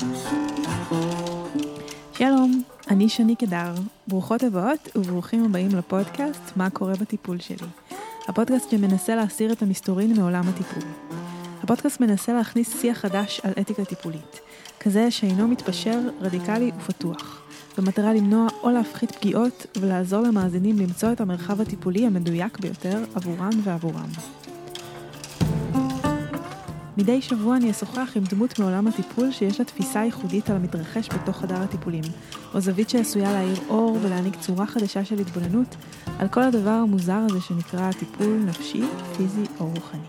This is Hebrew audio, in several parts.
שלום, אני שני קדר. ברוכות הבאות וברוכים הבאים לפודקאסט מה קורה בטיפול שלי. הפודקאסט שמנסה להסיר את המסתורין מעולם הטיפול. הפודקאסט מנסה להכניס שיח חדש על אתיקה טיפולית, כזה שאינו מתפשר, רדיקלי ופתוח, במטרה למנוע או להפחית פגיעות ולעזור למאזינים למצוא את המרחב הטיפולי המדויק ביותר עבורן ועבורם. מדי שבוע אני אשוחח עם דמות מעולם הטיפול שיש לה תפיסה ייחודית על המתרחש בתוך חדר הטיפולים, או זווית שעשויה להאיר אור ולהעניק צורה חדשה של התבוננות על כל הדבר המוזר הזה שנקרא טיפול נפשי, פיזי או רוחני.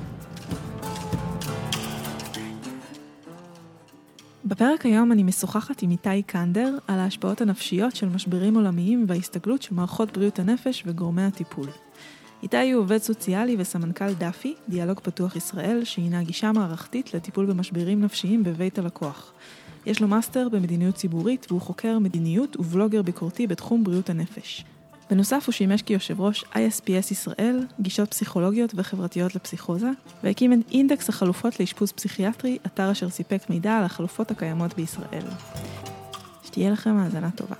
בפרק היום אני משוחחת עם איתי קנדר על ההשפעות הנפשיות של משברים עולמיים וההסתגלות של מערכות בריאות הנפש וגורמי הטיפול. איתי הוא עובד סוציאלי וסמנכ"ל דאפי, דיאלוג פתוח ישראל, שהינה גישה מערכתית לטיפול במשברים נפשיים בבית הלקוח. יש לו מאסטר במדיניות ציבורית והוא חוקר מדיניות ובלוגר ביקורתי בתחום בריאות הנפש. בנוסף הוא שימש כיושב ראש ISPS ישראל, גישות פסיכולוגיות וחברתיות לפסיכוזה, והקים את אינדקס החלופות לאשפוז פסיכיאטרי, אתר אשר סיפק מידע על החלופות הקיימות בישראל. שתהיה לכם האזנה טובה.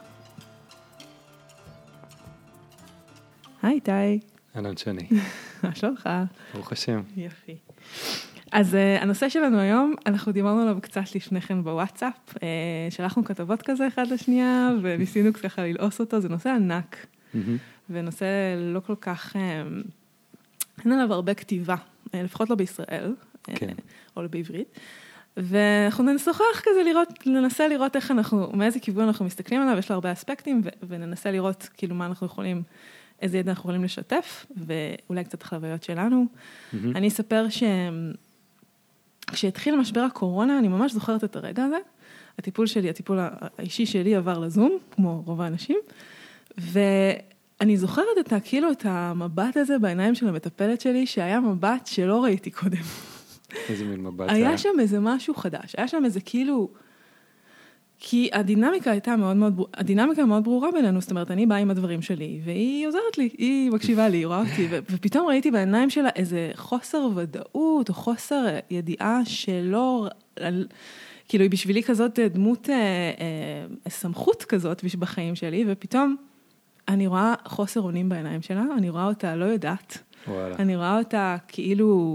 היי איתי. אהלן שני. מה שלומך? ברוך השם. יפי. אז הנושא שלנו היום, אנחנו דיברנו עליו קצת לפני כן בוואטסאפ, שלחנו כתבות כזה אחד לשנייה, וניסינו ככה ללעוס אותו, זה נושא ענק, ונושא לא כל כך, אין עליו הרבה כתיבה, לפחות לא בישראל, או בעברית, ואנחנו נשוחח כזה ננסה לראות איך אנחנו, מאיזה כיוון אנחנו מסתכלים עליו, יש לו הרבה אספקטים, וננסה לראות כאילו מה אנחנו יכולים, איזה ידע אנחנו יכולים לשתף, ואולי קצת חוויות שלנו. אני אספר כשהתחיל משבר הקורונה, אני ממש זוכרת את הרגע הזה. הטיפול האישי שלי עבר לזום, כמו רוב האנשים, ואני זוכרת כאילו את המבט הזה בעיניים של המטפלת שלי, שהיה מבט שלא ראיתי קודם. איזה מין מבט? היה שם איזה משהו חדש, היה שם איזה כאילו, כי הדינמיקה הייתה הדינמיקה מאוד ברורה בינינו, זאת אומרת, אני באה עם הדברים שלי, והיא עוזרת לי, היא מקשיבה לי, היא רואה אותי, ופתאום ראיתי בעיניים שלה איזה חוסר ודאות, או חוסר ידיעה שלא, כאילו היא בשבילי כזאת דמות, סמכות כזאת בחיים שלי, ופתאום אני רואה חוסר אונים בעיניים שלה, אני רואה אותה לא יודעת, אני רואה אותה כאילו,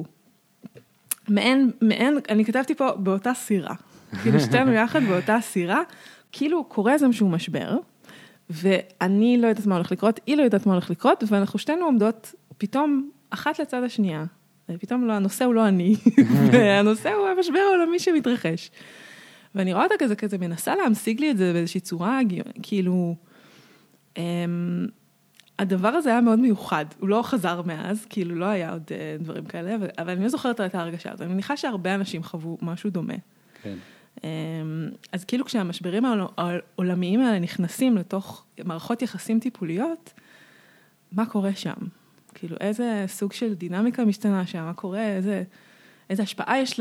אני כתבתי פה באותה סירה, כאילו שתינו יחד באותה סירה, כאילו קורה איזה משהו משבר, ואני לא יודעת מה הולך לקרות, היא לא יודעת מה הולך לקרות, ואנחנו שתינו עומדות פתאום אחת לצד השנייה, ופתאום הנושא הוא לא אני, והנושא הוא המשבר העולמי שמתרחש. ואני רואה אותה כזה מנסה להמשיג לי את זה באיזושהי צורה, כאילו, הדבר הזה היה מאוד מיוחד, הוא לא חזר מאז, כאילו לא היה עוד דברים כאלה, אבל אני לא זוכרת את ההרגשה הזאת, אני מניחה שהרבה אנשים חוו משהו דומה. כן. אז כאילו כשהמשברים העולמיים האלה נכנסים לתוך מערכות יחסים טיפוליות, מה קורה שם? כאילו איזה סוג של דינמיקה משתנה שם, מה קורה, איזה השפעה יש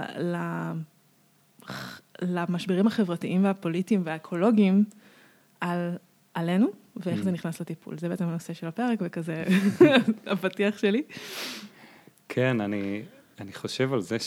למשברים החברתיים והפוליטיים והאקולוגיים עלינו, ואיך זה נכנס לטיפול. זה בעצם הנושא של הפרק, וכזה הפתיח שלי. כן, אני חושב על זה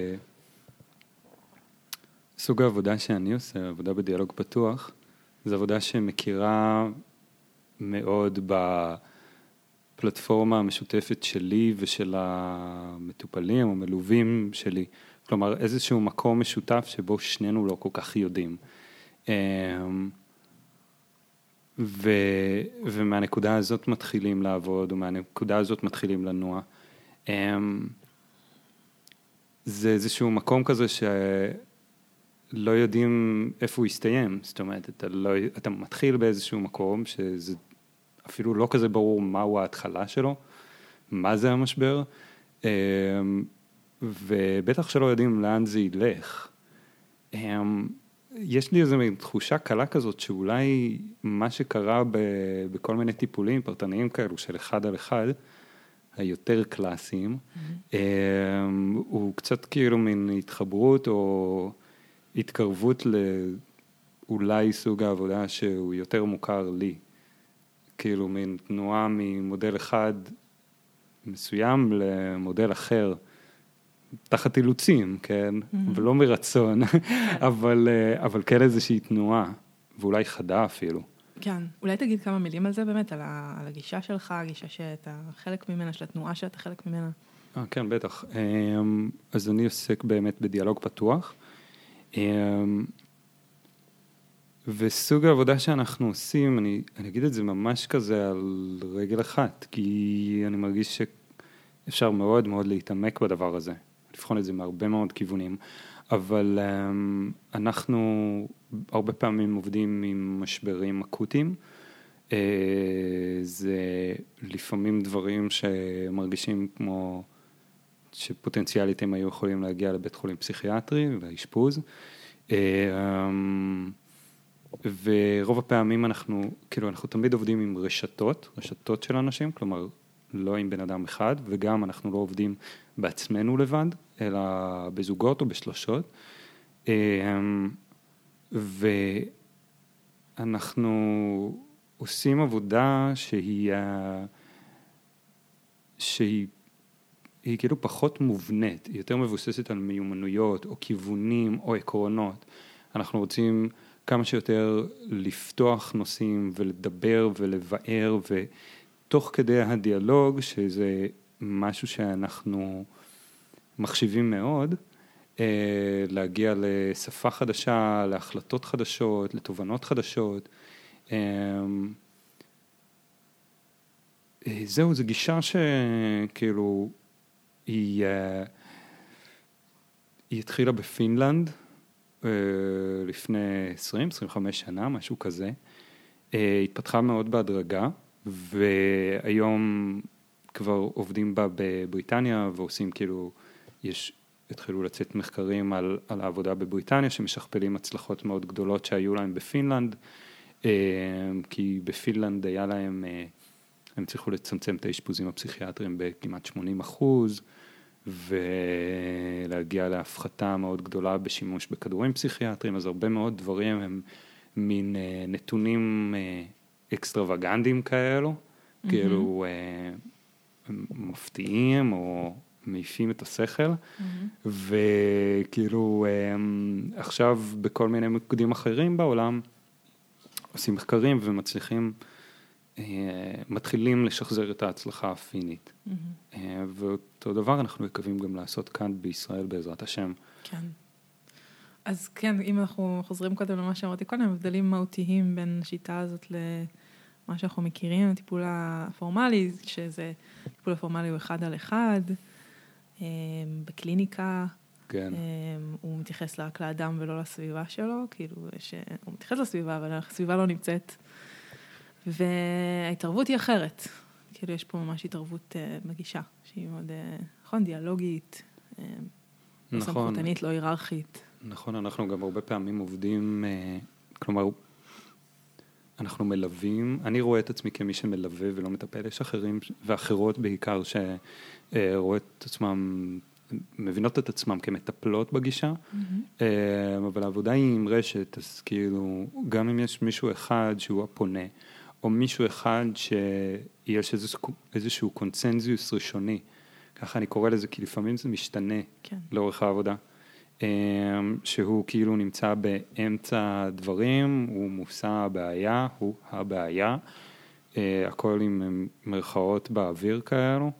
סוג העבודה שאני עושה, עבודה בדיאלוג פתוח, זו עבודה שמכירה מאוד בפלטפורמה המשותפת שלי ושל המטופלים או מלווים שלי. כלומר, איזשהו מקום משותף שבו שנינו לא כל כך יודעים. ומהנקודה הזאת מתחילים לעבוד, ומהנקודה הזאת מתחילים לנוע. זה איזשהו מקום כזה לא יודעים איפה הוא יסתיים, זאת אומרת, אתה מתחיל באיזשהו מקום, שזה אפילו לא כזה ברור מהו ההתחלה שלו, מה זה המשבר, ובטח שלא יודעים לאן זה ילך. יש לי איזו תחושה קלה כזאת, שאולי מה שקרה בכל מיני טיפולים פרטניים כאלו, של אחד על אחד, היותר קלאסיים, הוא קצת כאילו מין התחברות או התקרבות לאולי סוג העבודה שהוא יותר מוכר לי. כאילו מין תנועה ממודל אחד מסוים למודל אחר, תחת אילוצים, כן, ולא מרצון, אבל כן איזושהי תנועה, ואולי חדה אפילו. כן, אולי תגיד כמה מילים על זה באמת, על הגישה שלך, הגישה שאתה חלק ממנה, של התנועה שאתה חלק ממנה. כן, בטח. אז אני עוסק באמת בדיאלוג פתוח, וסוג העבודה שאנחנו עושים, אני אגיד את זה ממש כזה על רגל אחת, כי אני מרגיש שאפשר מאוד מאוד להתעמק בדבר הזה, לבחון את זה מהרבה מאוד כיוונים, אבל אנחנו הרבה פעמים עובדים עם משברים אקוטיים, זה לפעמים דברים שמרגישים כמו שפוטנציאלית הם היו יכולים להגיע לבית חולים פסיכיאטרי והאשפוז, ורוב הפעמים אנחנו תמיד עובדים עם רשתות של אנשים, כלומר לא עם בן אדם אחד, וגם אנחנו לא עובדים בעצמנו לבד, אלא בזוגות או בשלושות, ואנחנו עושים עבודה שהיא כאילו פחות מובנית, היא יותר מבוססת על מיומנויות או כיוונים או עקרונות. אנחנו רוצים כמה שיותר לפתוח נושאים ולדבר ולבאר, ותוך כדי הדיאלוג, שזה משהו שאנחנו מחשיבים מאוד, להגיע לשפה חדשה, להחלטות חדשות, לתובנות חדשות. זהו, זו גישה שכאילו היא התחילה בפינלנד לפני 20-25 שנה, משהו כזה. התפתחה מאוד בהדרגה, והיום כבר עובדים בה בבריטניה, ועושים כאילו, התחילו לצאת מחקרים על העבודה בבריטניה, שמשכפלים הצלחות מאוד גדולות שהיו להם בפינלנד, כי בפינלנד היה להם, הם צריכו לצמצם את האשפוזים הפסיכיאטריים בכמעט 80%, ולהגיע להפחתה מאוד גדולה בשימוש בכדורים פסיכיאטריים, אז הרבה מאוד דברים הם מין נתונים אקסטרווגנדיים כאלו, כאילו מפתיעים או מעיפים את השכל, וכאילו עכשיו בכל מיני מוקדים אחרים בעולם עושים מחקרים ומצליחים, מתחילים לשחזר את ההצלחה הפינית. ואותו דבר אנחנו מקווים גם לעשות כאן בישראל בעזרת השם. כן. אז כן, אם אנחנו חוזרים קודם למה שאמרתי קודם, הבדלים מהותיים בין השיטה הזאת למה שאנחנו מכירים, הטיפול הפורמלי, שזה טיפול הפורמלי הוא 1 על 1, בקליניקה, כן. הוא מתייחס רק לאדם ולא לסביבה שלו, כאילו הוא מתייחס לסביבה, אבל הסביבה לא נמצאת, וההתערבות היא אחרת, כאילו יש פה ממש התערבות בגישה, שהיא מאוד, נכון, דיאלוגית, נכון. סמכותנית, לא היררכית. נכון, אנחנו גם הרבה פעמים עובדים, כלומר, אנחנו מלווים, אני רואה את עצמי כמי שמלווה ולא מטפל, יש אחרים ואחרות בעיקר שרואה את עצמם, מבינות את עצמם כמטפלות בגישה, אבל העבודה היא עם רשת, אז כאילו, גם אם יש מישהו אחד שהוא הפונה, או מישהו אחד שיש איזשהו קונצנזיוס ראשוני, ככה אני קורא לזה, כי לפעמים זה משתנה לאורך העבודה, שהוא כאילו נמצא באמצע הדברים, הוא מושא הבעיה, הוא הבעיה, הכל עם מרכאות באוויר כאלו.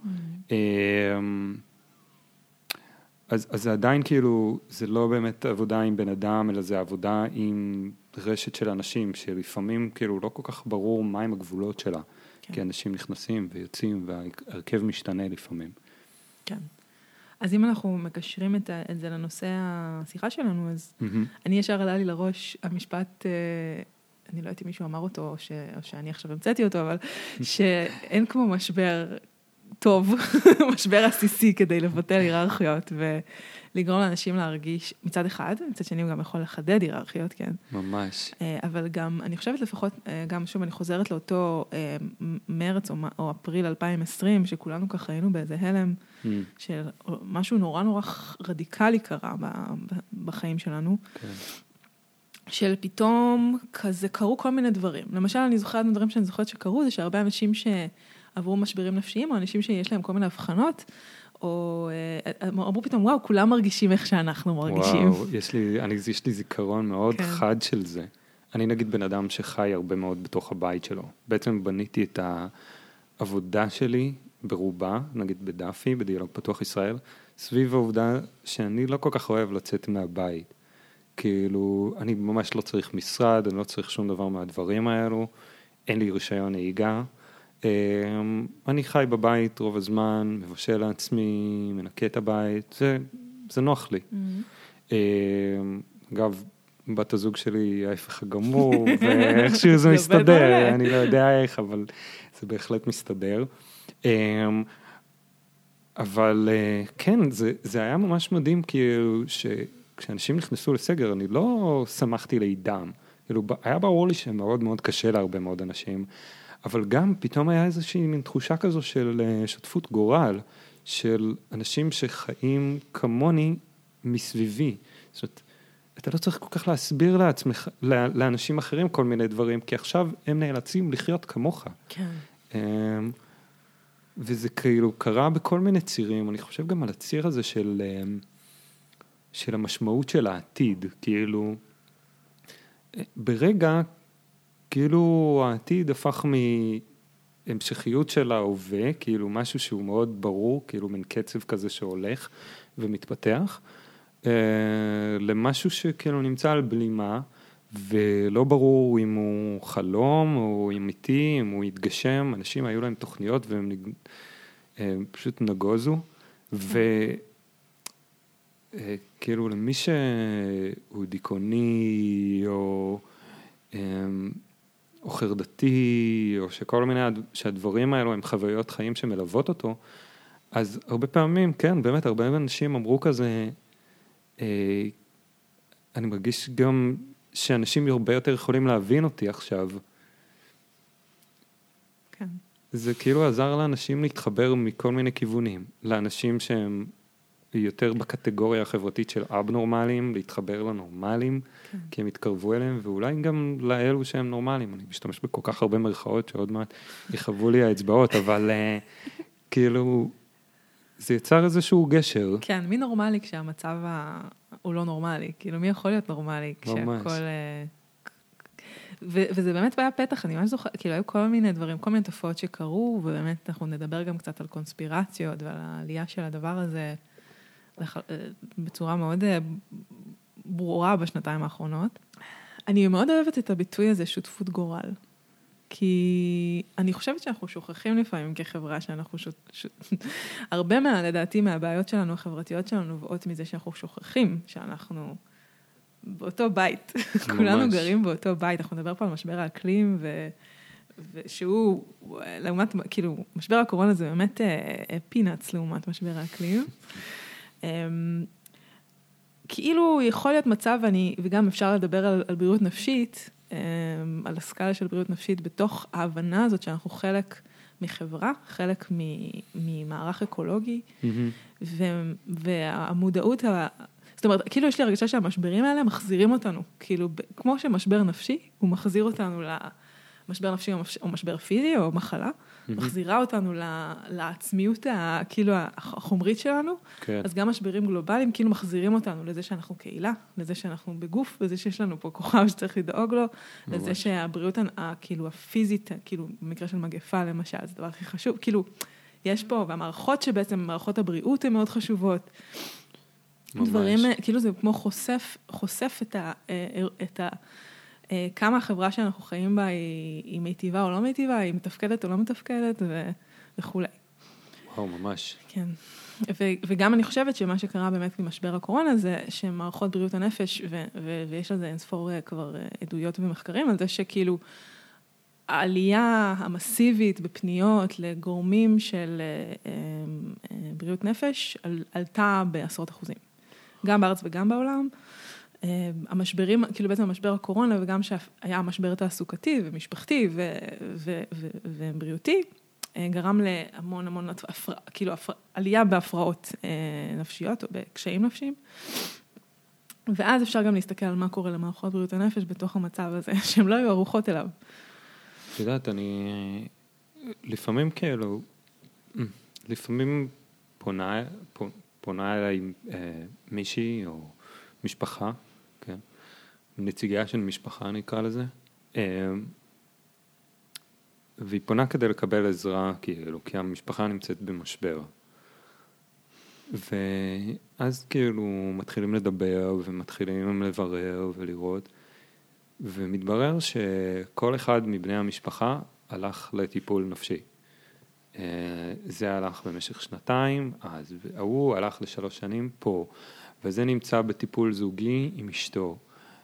אז זה עדיין כאילו, זה לא באמת עבודה עם בן אדם, אלא זה עבודה עם רשת של אנשים, שלפעמים כאילו לא כל כך ברור מהם הגבולות שלה, כי אנשים נכנסים ויוצאים, והרכב משתנה לפעמים. כן. אז אם אנחנו מקשרים את זה לנושא השיחה שלנו, אז אני ישר עלה לי לראש המשפט, אני לא יודעת אם מישהו אמר אותו, או שאני עכשיו המצאתי אותו, אבל שאין כמו משבר טוב, משבר עסיסי כדי לבטל היררכיות, ולגרום לאנשים להרגיש מצד אחד, מצד שני הוא גם יכול לחדד היררכיות, כן. ממש. אבל גם, אני חושבת לפחות, גם שוב אני חוזרת לאותו מרץ או אפריל 2020, שכולנו ככה היינו באיזה הלם, שמשהו נורא נורא רדיקלי קרה בחיים שלנו, של פתאום כזה קרו כל מיני דברים. למשל, אני זוכרת מהדברים שאני זוכרת שקרו, זה שהרבה אנשים שעברו משברים נפשיים, או אנשים שיש להם כל מיני הבחנות, או אמרו פתאום, וואו, כולם מרגישים איך שאנחנו מרגישים. וואו, יש לי זיכרון מאוד חד של זה. אני נגיד בן אדם שחי הרבה מאוד בתוך הבית שלו. בעצם בניתי את העבודה שלי ברובה, נגיד בדאפי, בדיאלוג פתוח ישראל, סביב העובדה שאני לא כל כך אוהב לצאת מהבית. כאילו, אני ממש לא צריך משרד, אני לא צריך שום דבר מהדברים האלו, אין לי רישיון נהיגה. אני חי בבית רוב הזמן, מבשל לעצמי, מנקה את הבית, זה נוח לי. אגב, בת הזוג שלי ההפך הגמור, ואיכשהו זה מסתדר, אני לא יודע איך, אבל זה בהחלט מסתדר. אבל כן, זה היה ממש מדהים, כאילו שכשאנשים נכנסו לסגר, אני לא שמחתי לידם. כאילו, היה ברור לי שמאוד מאוד קשה להרבה מאוד אנשים, אבל גם פתאום היה איזושהי מין תחושה כזו של שותפות גורל, של אנשים שחיים כמוני מסביבי. זאת אומרת, אתה לא צריך כל כך להסביר לעצמך, לאנשים אחרים כל מיני דברים, כי עכשיו הם נאלצים לחיות כמוך. כן. וזה כאילו קרה בכל מיני צירים, אני חושב גם על הציר הזה של המשמעות של העתיד, כאילו, ברגע, כאילו העתיד הפך מהמשכיות של ההווה, כאילו משהו שהוא מאוד ברור, כאילו מין קצב כזה שהולך ומתפתח, למשהו שכאילו נמצא על בלימה, ולא ברור אם הוא חלום או אמיתי, אם הוא יתגשם, אנשים היו להם תוכניות והם פשוט נגוזו, וכאילו למי שהוא דיכאוני או חרדתי, או שכל מיני, שהדברים האלו הם חוויות חיים שמלוות אותו, אז הרבה פעמים, כן, באמת, הרבה אנשים אמרו כזה, אני מרגיש גם שאנשים הרבה יותר יכולים להבין אותי עכשיו. כן. זה כאילו עזר לאנשים להתחבר מכל מיני כיוונים, לאנשים שהם יותר בקטגוריה החברתית של אבנורמליים, להתחבר לנורמליים, כן. כי הם התקרבו אליהם, ואולי גם לאלו שהם נורמליים. אני משתמש בכל כך הרבה מרכאות שעוד מעט יחוו לי האצבעות, אבל כאילו, זה יצר איזשהו גשר. כן, מי נורמלי כשהמצב הוא לא נורמלי? כאילו, מי יכול להיות נורמלי כשהכל... וזה באמת היה פתח, אני ממש זוכר, כאילו, היו כל מיני דברים, כל מיני תופעות שקרו, ובאמת אנחנו נדבר גם קצת על קונספירציות ועל העלייה של הדבר הזה, בצורה מאוד ברורה בשנתיים האחרונות. אני מאוד אוהבת את הביטוי הזה, שותפות גורל. כי אני חושבת שאנחנו שוכחים לפעמים כחברה שאנחנו הרבה לדעתי מהבעיות שלנו, החברתיות שלנו, נובעות מזה שאנחנו שוכחים שאנחנו באותו בית. כולנו גרים באותו בית. אנחנו נדבר פה על משבר האקלים, ושהוא, לעומת, כאילו, משבר הקורונה זה באמת פינאץ לעומת משבר האקלים. כאילו יכול להיות מצב, וגם אפשר לדבר על בריאות נפשית, על הסקאלה של בריאות נפשית, בתוך ההבנה הזאת שאנחנו חלק מחברה, חלק ממערך אקולוגי, והמודעות, זאת אומרת, כאילו יש לי הרגשה שהמשברים האלה מחזירים אותנו, כאילו, כמו שמשבר נפשי, הוא מחזיר אותנו למשבר נפשי או משבר פיזי או מחלה, מחזירה אותנו לעצמיות כאילו החומרית שלנו, אז גם משברים גלובליים כאילו מחזירים אותנו לזה שאנחנו קהילה, לזה שאנחנו בגוף, לזה שיש לנו פה כוכב שצריך לדאוג לו, לזה שהבריאות כאילו הפיזית, כאילו במקרה של מגפה למשל, זה דבר הכי חשוב, כאילו יש פה, והמערכות שבעצם, מערכות הבריאות הן מאוד חשובות, דברים, כאילו זה כמו חושף את כמה החברה שאנחנו חיים בה היא מיטיבה או לא מיטיבה, היא מתפקדת או לא מתפקדת וכו'. וואו, ממש. כן. וגם אני חושבת שמה שקרה באמת במשבר הקורונה זה שמערכות בריאות הנפש, ויש על זה אינספור כבר עדויות ומחקרים, על זה שכאילו העלייה המסיבית בפניות לגורמים של בריאות נפש עלתה בעשרות אחוזים. גם בארץ וגם בעולם. המשברים, כאילו בעצם המשבר הקורונה, וגם שהיה המשבר תעסוקתי ומשפחתי ובריאותי, גרם להמון כאילו עלייה בהפרעות נפשיות או בקשיים נפשיים. ואז אפשר גם להסתכל על מה קורה למערכות בריאות הנפש בתוך המצב הזה, שהן לא היו ערוכות אליו. את יודעת, לפעמים כאילו, לפעמים פונה אליי מישהי או משפחה, כן? נציגיה של משפחה נקרא לזה, והיא פונה כדי לקבל עזרה, כאילו, כי המשפחה נמצאת במשבר. ואז כאילו מתחילים לדבר ומתחילים לברר ולראות, ומתברר שכל אחד מבני המשפחה הלך לטיפול נפשי. זה הלך במשך 2 אז הוא הלך ל3 שנים פה, וזה נמצא בטיפול זוגי עם אשתו,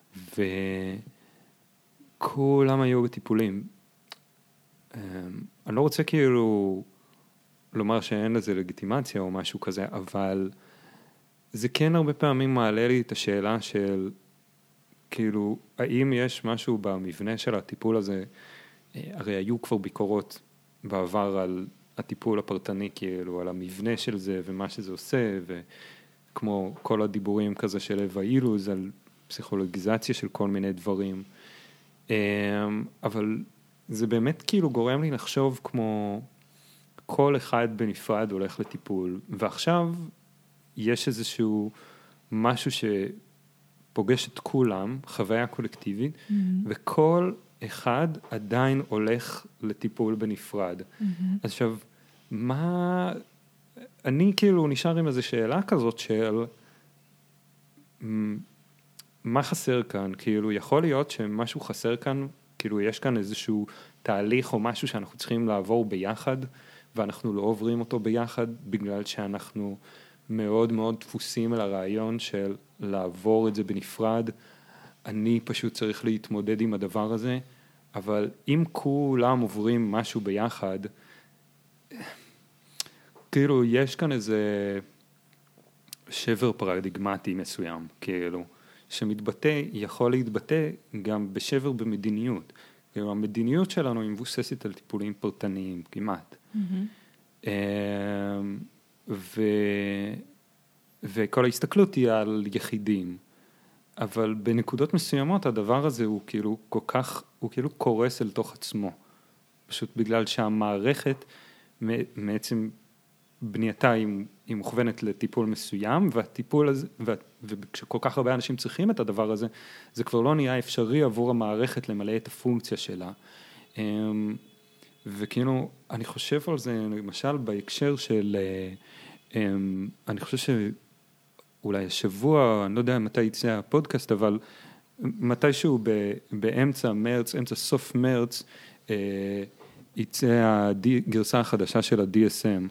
וכולם היו בטיפולים. אני לא רוצה כאילו לומר שאין לזה לגיטימציה או משהו כזה, אבל זה כן הרבה פעמים מעלה לי את השאלה של כאילו, האם יש משהו במבנה של הטיפול הזה, הרי היו כבר ביקורות בעבר על הטיפול הפרטני, כאילו, על המבנה של זה ומה שזה עושה, וכמו כל הדיבורים כזה של אווה אילוז, על פסיכולוגיזציה של כל מיני דברים. אבל זה באמת כאילו גורם לי לחשוב כמו כל אחד בנפרד הולך לטיפול, ועכשיו יש איזשהו משהו שפוגש את כולם, חוויה קולקטיבית, וכל אחד עדיין הולך לטיפול בנפרד. אז עכשיו, אני כאילו נשאר עם איזו שאלה כזאת של מה חסר כאן? כאילו יכול להיות שמשהו חסר כאן, כאילו יש כאן איזשהו תהליך או משהו שאנחנו צריכים לעבור ביחד, ואנחנו לא עוברים אותו ביחד, בגלל שאנחנו מאוד מאוד דפוסים על הרעיון של לעבור את זה בנפרד. אני פשוט צריך להתמודד עם הדבר הזה, אבל אם כולם עוברים משהו ביחד, כאילו יש כאן איזה שבר פרדיגמטי מסוים, כאילו, שמתבטא, יכול להתבטא גם בשבר במדיניות. כאילו, המדיניות שלנו היא מבוססת על טיפולים פרטניים, כמעט. וכל ההסתכלות היא על יחידים. אבל בנקודות מסוימות הדבר הזה הוא כאילו כל כך, הוא כאילו קורס אל תוך עצמו. פשוט בגלל שהמערכת בעצם בנייתה היא מוכוונת לטיפול מסוים, והטיפול הזה, וכשכל כך הרבה אנשים צריכים את הדבר הזה, זה כבר לא נהיה אפשרי עבור המערכת למלא את הפונקציה שלה. וכאילו, אני חושב על זה, למשל, בהקשר של, אני חושב שאולי השבוע, אני לא יודע מתי יצא הפודקאסט, אבל מתישהו באמצע מרץ, אמצע סוף מרץ, יצא הגרסה החדשה של ה-DSM,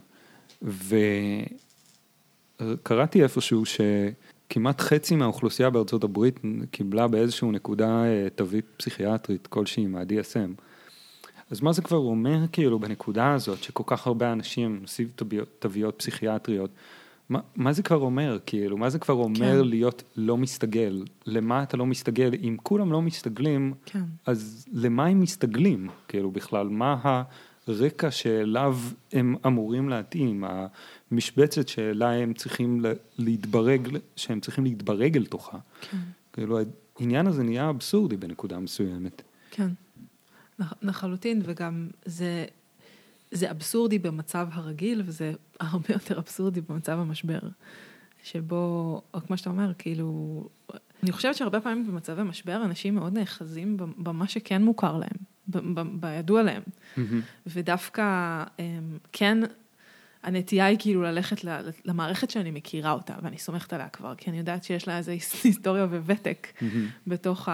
וקראתי איפשהו שכמעט חצי מהאוכלוסייה בארצות הברית קיבלה באיזשהו נקודה תווית פסיכיאטרית כלשהי מה-DSM. אז מה זה כבר אומר כאילו בנקודה הזאת שכל כך הרבה אנשים נושאים תוויות פסיכיאטריות? מה זה כבר אומר כאילו? מה זה כבר אומר להיות לא מסתגל? למה אתה לא מסתגל? אם כולם לא מסתגלים, אז למה הם מסתגלים? כאילו בכלל, מה הרקע שאליו הם אמורים להתאים? המשבצת שאלה הם צריכים להתברג, שהם צריכים להתברג אל תוכה. כאילו העניין הזה נהיה אבסורדי בנקודה מסוימת. כן. לחלוטין, וגם זה אבסורדי במצב הרגיל, וזה הרבה יותר אבסורדי במצב המשבר, שבו, כמו שאתה אומר, כאילו, אני חושבת שהרבה פעמים במצב המשבר, אנשים מאוד נאחזים במה שכן מוכר להם, בידוע להם, ודווקא, כן, הנטייה היא כאילו ללכת למערכת שאני מכירה אותה, ואני סומכת עליה כבר, כי אני יודעת שיש לה איזו היסטוריה וותק בתוך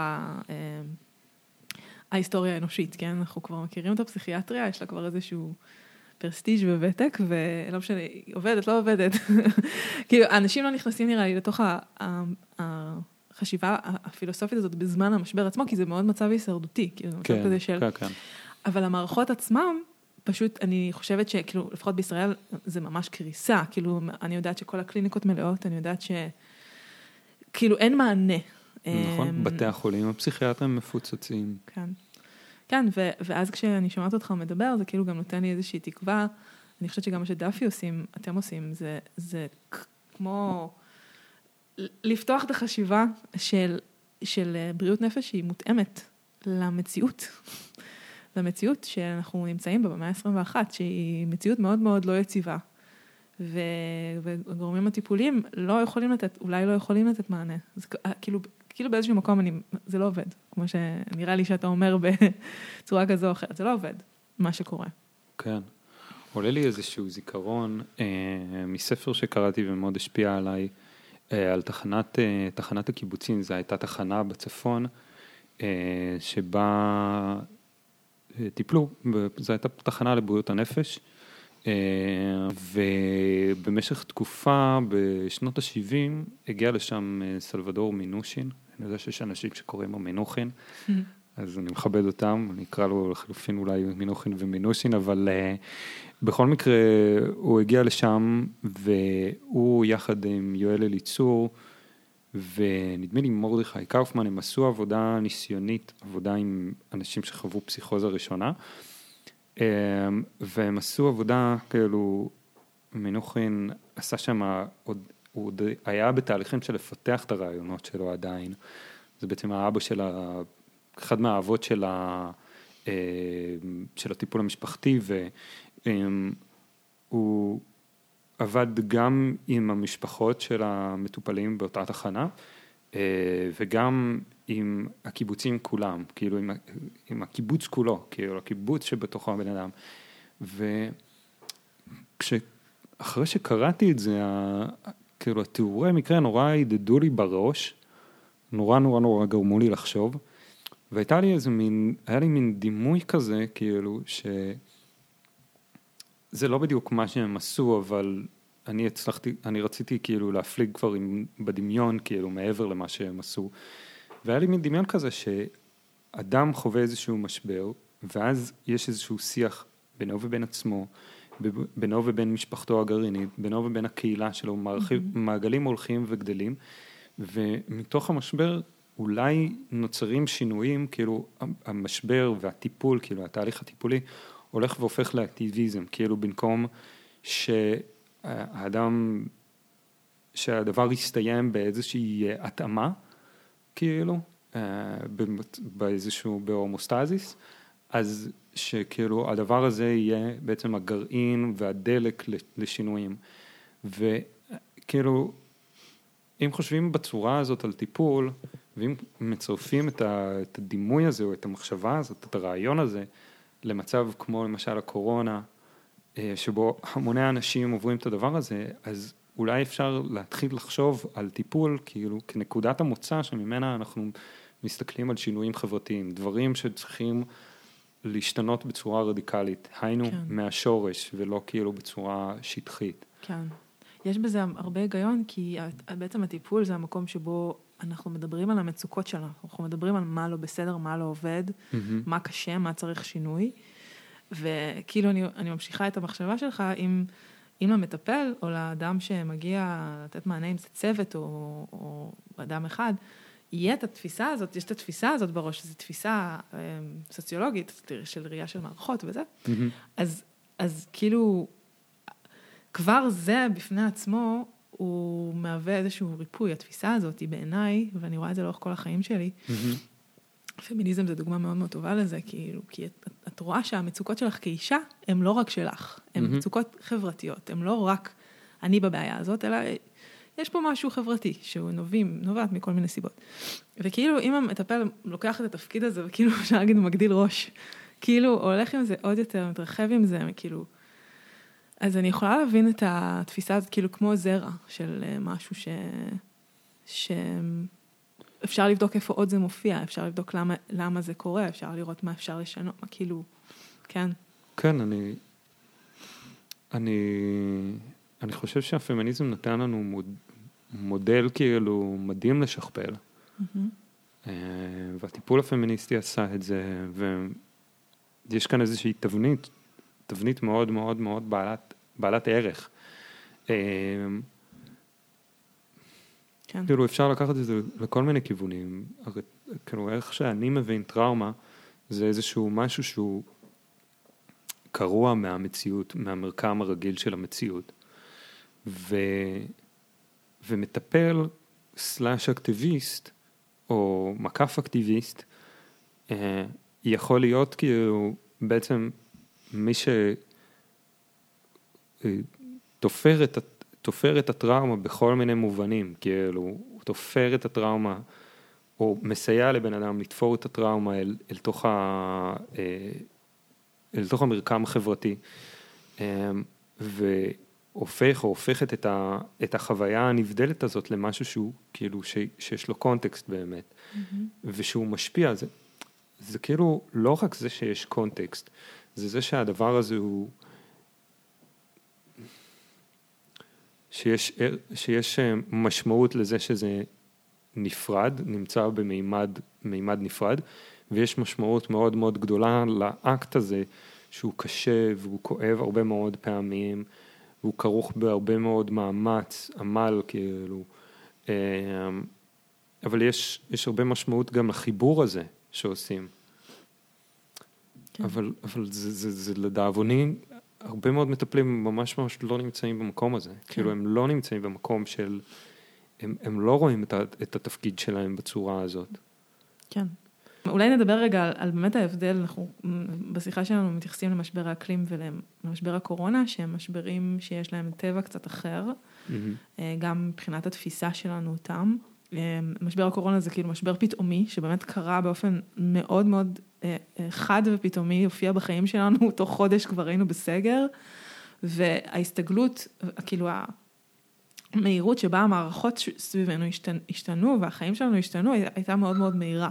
ההיסטוריה האנושית, כן? אנחנו כבר מכירים את הפסיכיאטריה, יש לה כבר איזשהו פרסטיג' וותק, ולא משנה, עובדת, לא עובדת. כאילו, האנשים לא נכנסים נראה לי לתוך החשיבה הפילוסופית הזאת בזמן המשבר עצמו, כי זה מאוד מצב הישרדותי, כאילו, מצב כזה של... כן. אבל המערכות עצמם, פשוט אני חושבת שכאילו, לפחות בישראל, זה ממש קריסה, כאילו, אני יודעת שכל הקליניקות מלאות, אני יודעת שכאילו, אין מענה. נכון, בתי החולים הפסיכיאטרים מפוצצים. כן. כן, ואז כשאני שומעת אותך מדבר, זה כאילו גם נותן לי איזושהי תקווה. אני חושבת שגם מה שדאפי עושים, אתם עושים, זה כמו לפתוח את החשיבה של בריאות נפש שהיא מותאמת למציאות. למציאות שאנחנו נמצאים בה במאה ה-21, שהיא מציאות מאוד מאוד לא יציבה. והגורמים הטיפוליים לא יכולים לתת, אולי לא יכולים לתת מענה. אז כאילו באיזשהו מקום זה לא עובד, כמו שנראה לי שאתה אומר בצורה כזו או אחרת, זה לא עובד, מה שקורה. כן. עולה לי איזשהו זיכרון מספר שקראתי ומאוד השפיע עליי, על תחנת הקיבוצים. זו הייתה תחנה בצפון, שבה טיפלו, זו הייתה תחנה לבריאות הנפש, ובמשך תקופה, בשנות ה-70, הגיע לשם סלבדור מינושין. אני יודע שיש אנשים שקוראים לו מינוכין, אז אני מכבד אותם, אני אקרא לו לחלופין אולי מינוכין ומינושין, אבל בכל מקרה הוא הגיע לשם, והוא יחד עם יואל אליצור, ונדמה לי מרדכי קאופמן, הם עשו עבודה ניסיונית, עבודה עם אנשים שחוו פסיכוזה ראשונה, והם עשו עבודה כאילו, מינוכין עשה שם, הוא היה בתהליכים של לפתח את הרעיונות שלו עדיין, זה בעצם האבא של אחד מהאבות של הטיפול המשפחתי, והוא עבד גם עם המשפחות של המטופלים באותה תחנה, וגם עם הקיבוצים כולם, כאילו עם הקיבוץ כולו, כאילו הקיבוץ שבתוכו הבן אדם. אחרי שקראתי את זה, כאילו התיאורי מקרה נורא הידדו לי בראש, נורא גרמו לי לחשוב, והייתה לי היה לי מין דימוי כזה, כאילו, זה לא בדיוק מה שהם עשו, אבל אני רציתי כאילו להפליג כבר בדמיון, כאילו, מעבר למה שהם עשו. והיה לי מין דמיון כזה, שאדם חווה איזשהו משבר, ואז יש איזשהו שיח בינו ובין עצמו, בינו ובין משפחתו הגרעינית, בינו ובין הקהילה שלו, מעגלים הולכים וגדלים, ומתוך המשבר אולי נוצרים שינויים, כאילו המשבר והטיפול, כאילו התהליך הטיפולי, הולך והופך לאקטיביזם, כאילו במקום שהדבר יסתיים באיזושהי התאמה, כאילו, באיזשהו בהומוסטזיס, אז שכאילו הדבר הזה יהיה בעצם הגרעין והדלק לשינויים. וכאילו, אם חושבים בצורה הזאת על טיפול, ואם מצרפים את הדימוי הזה, או את המחשבה הזאת, את הרעיון הזה, למצב כמו למשל הקורונה, שבו המוני אנשים עוברים את הדבר הזה, אז אולי אפשר להתחיל לחשוב על טיפול, כאילו כנקודת המוצא שממנה אנחנו מסתכלים על שינויים חברתיים, דברים שצריכים להשתנות בצורה רדיקלית, היינו כן. מהשורש, ולא כאילו בצורה שטחית. כן. יש בזה הרבה היגיון, כי בעצם הטיפול זה המקום שבו אנחנו מדברים על המצוקות שלנו, אנחנו מדברים על מה לא בסדר, מה לא עובד, מה קשה, מה צריך שינוי, וכאילו אני ממשיכה את המחשבה שלך, אם למטפל או לאדם שמגיע לתת מענה, אם זה צוות או אדם אחד, יהיה את התפיסה הזאת, יש את התפיסה הזאת בראש, זו תפיסה סוציולוגית של ראייה של מערכות וזה, אז כאילו, כבר זה בפני עצמו, הוא מהווה איזשהו ריפוי, התפיסה הזאת היא בעיניי, ואני רואה את זה לאורך כל החיים שלי, פמיניזם זה דוגמה מאוד מאוד טובה לזה, כאילו, כי את רואה שהמצוקות שלך כאישה, הן לא רק שלך, הן מצוקות חברתיות, הן לא רק אני בבעיה הזאת, אלא יש פה משהו חברתי, שהוא נובעת מכל מיני סיבות. וכאילו, אם המטפל לוקח את התפקיד הזה, וכאילו, אפשר להגיד, הוא מגדיל ראש, כאילו, הולך עם זה עוד יותר, מתרחב עם זה, כאילו, אז אני יכולה להבין את התפיסה הזאת, כאילו, כמו זרע של משהו אפשר לבדוק איפה עוד זה מופיע, אפשר לבדוק למה זה קורה, אפשר לראות מה אפשר לשנות, מה כאילו, כן. כן, אני חושב שהפמיניזם נתן לנו מודל כאילו מדהים לשכפל, והטיפול הפמיניסטי עשה את זה, ויש כאן איזושהי תבנית מאוד מאוד מאוד בעלת ערך. כאילו אפשר לקחת את זה לכל מיני כיוונים, כאילו איך שאני מבין טראומה, זה איזשהו משהו שהוא קרוע מהמציאות, מהמרקם הרגיל של המציאות, ומטפל סלאש אקטיביסט, או מקף אקטיביסט, יכול להיות כאילו בעצם מי תופר את הטראומה בכל מיני מובנים, כאילו, הוא תופר את הטראומה, או מסייע לבן אדם לתפור את הטראומה אל תוך המרקם החברתי, והופכת את החוויה הנבדלת הזאת למשהו שהוא, כאילו, שיש לו קונטקסט באמת, ושהוא משפיע. זה כאילו לא רק זה שיש קונטקסט, זה שהדבר הזה הוא, שיש משמעות לזה שזה נפרד, נמצא במימד נפרד, ויש משמעות מאוד מאוד גדולה לאקט הזה, שהוא קשה והוא כואב הרבה מאוד פעמים, והוא כרוך בהרבה מאוד מאמץ, עמל כאילו, אבל יש הרבה משמעות גם לחיבור הזה שעושים. כן. אבל זה לדאבוני, הרבה מאוד מטפלים ממש לא נמצאים במקום הזה. כן. כאילו הם לא נמצאים במקום של, הם לא רואים את התפקיד שלהם בצורה הזאת. כן. אולי נדבר רגע על באמת ההבדל, אנחנו בשיחה שלנו מתייחסים למשבר האקלים ולמשבר הקורונה, שהם משברים שיש להם טבע קצת אחר, גם מבחינת התפיסה שלנו אותם. משבר הקורונה זה כאילו משבר פתאומי, שבאמת קרה באופן מאוד מאוד חד ופתאומי, הופיע בחיים שלנו, תוך חודש כבר היינו בסגר, וההסתגלות, כאילו המהירות שבה המערכות סביבנו השתנו, והחיים שלנו השתנו, הייתה מאוד מאוד מהירה.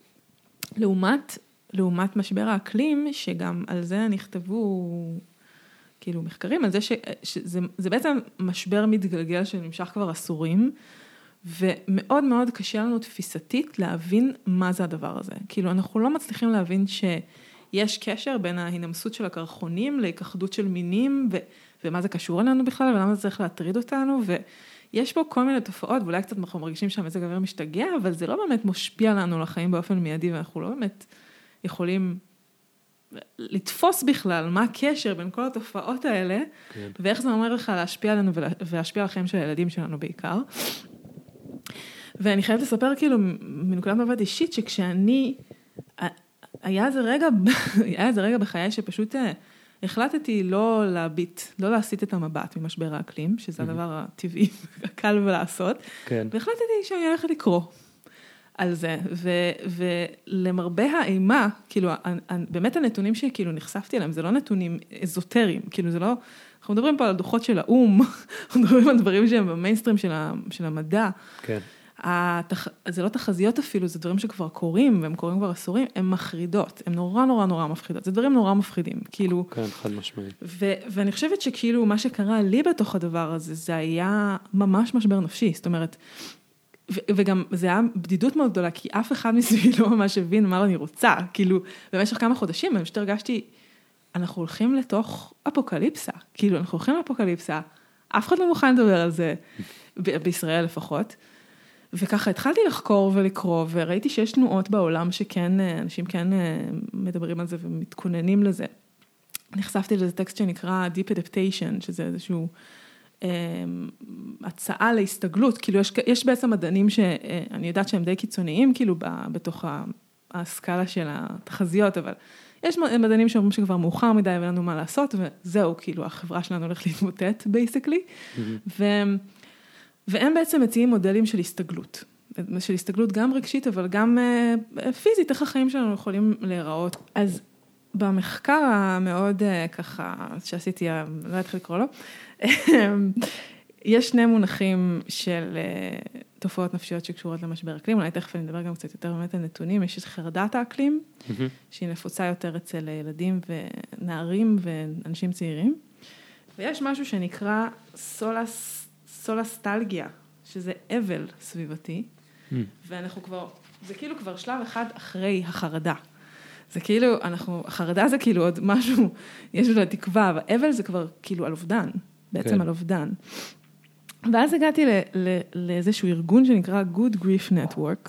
לעומת משבר האקלים, שגם על זה נכתבו כאילו מחקרים, על זה שזה בעצם משבר מתגלגל שנמשך כבר עשורים, ומאוד מאוד קשה לנו תפיסתית להבין מה זה הדבר הזה. כאילו אנחנו לא מצליחים להבין שיש קשר בין ההינמסות של הקרחונים להיכחדות של מינים, ומה זה קשור אלינו בכלל, ולמה זה צריך להטריד אותנו, ויש פה כל מיני תופעות, ואולי קצת אנחנו מרגישים שהמזג האוויר משתגע, אבל זה לא באמת משפיע לנו לחיים באופן מיידי, ואנחנו לא באמת יכולים לתפוס בכלל מה הקשר בין כל התופעות האלה, כן. ואיך זה אומר לך להשפיע עלינו ולהשפיע על החיים של הילדים שלנו בעיקר. ואני חייבת לספר כאילו מנקודת מבט אישית, שכשאני, היה איזה רגע בחיי שפשוט החלטתי לא להסיט את המבט ממשבר האקלים, שזה הדבר הטבעי, הקל לעשות, כן. והחלטתי שאני הולכת לקרוא על זה, ולמרבה האימה, כאילו, באמת הנתונים שכאילו נחשפתי אליהם, זה לא נתונים אזוטריים, כאילו זה לא, אנחנו מדברים פה על דוחות של האום, אנחנו מדברים על דברים שהם במיינסטרים של המדע, כן. זה לא תחזיות אפילו, זה דברים שכבר קורים, והם קורים כבר עשורים, הם מחרידות, הם נורא נורא נורא מפחידות, זה דברים נורא מפחידים, כאילו. כן, חד משמעי. ואני חושבת שכאילו מה שקרה לי בתוך הדבר הזה, זה היה ממש משבר נפשי, זאת אומרת, וגם זה היה בדידות מאוד גדולה, כי אף אחד מסביבי לא ממש הבין מה אני רוצה, כאילו, במשך כמה חודשים, אני פשוט הרגשתי, אנחנו הולכים לתוך אפוקליפסה, כאילו, אנחנו הולכים לאפוקליפסה, אף אחד לא מוכן לדבר על זה, בישראל לפחות, וככה התחלתי לחקור ולקרוא, וראיתי שיש תנועות בעולם שכן, אנשים כן מדברים על זה ומתכוננים לזה. נחשפתי לזה טקסט שנקרא Deep Adaptation, שזה איזשהו הצעה להסתגלות, כאילו יש בעצם מדענים שאני יודעת שהם די קיצוניים, כאילו בתוך הסקאלה של התחזיות, אבל יש מדענים שאומרים שכבר מאוחר מדי ואין לנו מה לעשות, וזהו, כאילו החברה שלנו הולכת להתמוטט, basically, והם בעצם מציעים מודלים של הסתגלות. של הסתגלות גם רגשית, אבל גם פיזית, איך החיים שלנו יכולים להיראות. אז במחקר המאוד ככה, שעשיתי, לא אתחיל לקרוא לו, יש שני מונחים של תופעות נפשיות שקשורות למשבר אקלים, אולי תכף אני אדבר גם קצת יותר באמת על נתונים, יש את חרדת האקלים, שהיא נפוצה יותר אצל ילדים ונערים ואנשים צעירים, ויש משהו שנקרא סולסטלגיה, שזה אבל סביבתי, ואנחנו כבר, זה כאילו כבר שלב אחד אחרי החרדה. זה כאילו, החרדה זה כאילו עוד משהו, יש לו תקווה, אבל זה כבר כאילו על אובדן, בעצם על אובדן. ואז הגעתי לאיזשהו ארגון שנקרא Good Grief Network,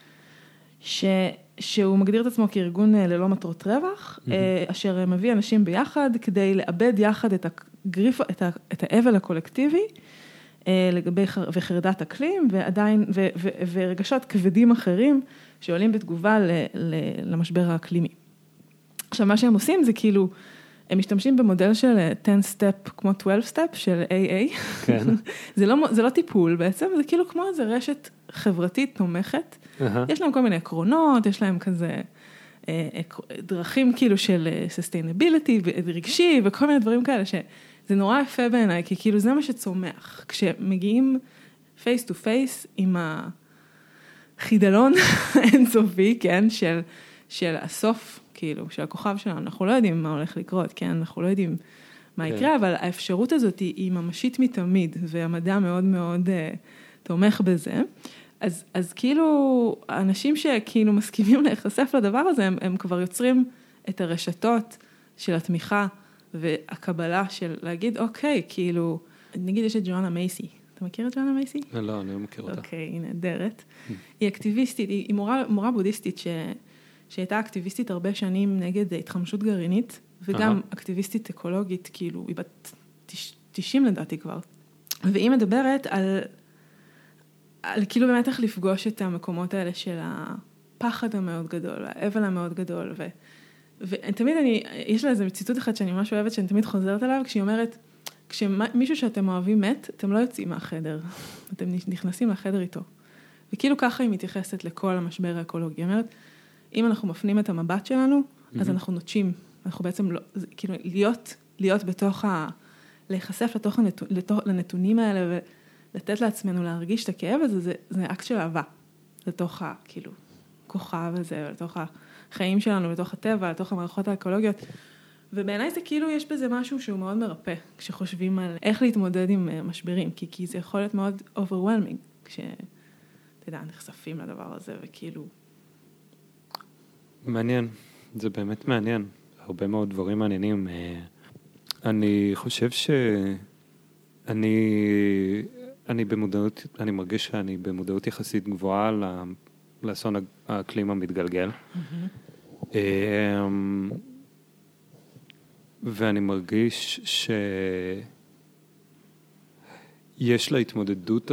שהוא מגדיר את עצמו כארגון ללא מטרות רווח, אשר מביא אנשים ביחד כדי לאבד יחד את האבל הקולקטיבי, לגבי וחרדת אקלים, ועדיין, ורגשות כבדים אחרים שעולים בתגובה למשבר האקלימי. עכשיו, מה שהם עושים זה כאילו, הם משתמשים במודל של 10 step כמו 12 step של AA. כן. זה לא טיפול בעצם, זה כאילו כמו איזה רשת חברתית תומכת. יש להם כל מיני עקרונות, יש להם כזה דרכים כאילו של sustainability רגשי וכל מיני דברים כאלה שזה נורא יפה בעיניי, כי כאילו זה מה שצומח. כשמגיעים face to face עם החידלון אינסופי, כן, של הסוף, כאילו, של הכוכב שלנו, אנחנו לא יודעים מה הולך לקרות, כן, אנחנו לא יודעים מה יקרה, אבל האפשרות הזאת היא ממשית מתמיד, והמדע מאוד מאוד תומך בזה. אז כאילו, האנשים שכאילו מסכימים להיחשף לדבר הזה, הם כבר יוצרים את הרשתות של התמיכה והקבלה של להגיד, אוקיי, כאילו, נגיד יש את ג'ואנה מייסי. אתה מכיר את ג'ואנה מייסי? לא, אני לא מכיר אותה. אוקיי, היא נהדרת. היא אקטיביסטית, היא מורה בודהיסטית שהייתה אקטיביסטית הרבה שנים נגד התחמשות גרעינית, וגם אקטיביסטית אקולוגית, כאילו, היא בת 90 לדעתי כבר. והיא מדברת על כאילו באמת איך לפגוש את המקומות האלה של הפחד המאוד גדול, האבל המאוד גדול, ותמיד יש לה איזה ציטוט אחד שאני ממש אוהבת, שאני תמיד חוזרת עליו, כשהיא אומרת, כשמישהו שאתם אוהבים מת, אתם לא יוצאים מהחדר, אתם נכנסים לחדר איתו. וכאילו ככה היא מתייחסת לכל המשבר האקולוגי. היא אומרת, אם אנחנו מפנים את המבט שלנו, אז אנחנו נוטשים, אנחנו בעצם לא, כאילו להיות בתוך להיחשף לנתונים האלה, ולתת לעצמנו להרגיש את הכאב הזה, זה אקט של אהבה, לתוך כאילו, כוכב הזה, לתוך החיים שלנו, לתוך הטבע, לתוך המערכות האקולוגיות, ובעיניי זה כאילו יש בזה משהו שהוא מאוד מרפא, כשחושבים על איך להתמודד עם משברים, כי זה יכול להיות מאוד overwhelming, אתה יודע, נחשפים לדבר הזה, וכאילו... מעניין, זה באמת מעניין, הרבה מאוד דברים מעניינים. אני חושב אני במודעות, אני מרגיש שאני במודעות יחסית גבוהה לאסון האקלים המתגלגל. ואני מרגיש שיש להתמודדות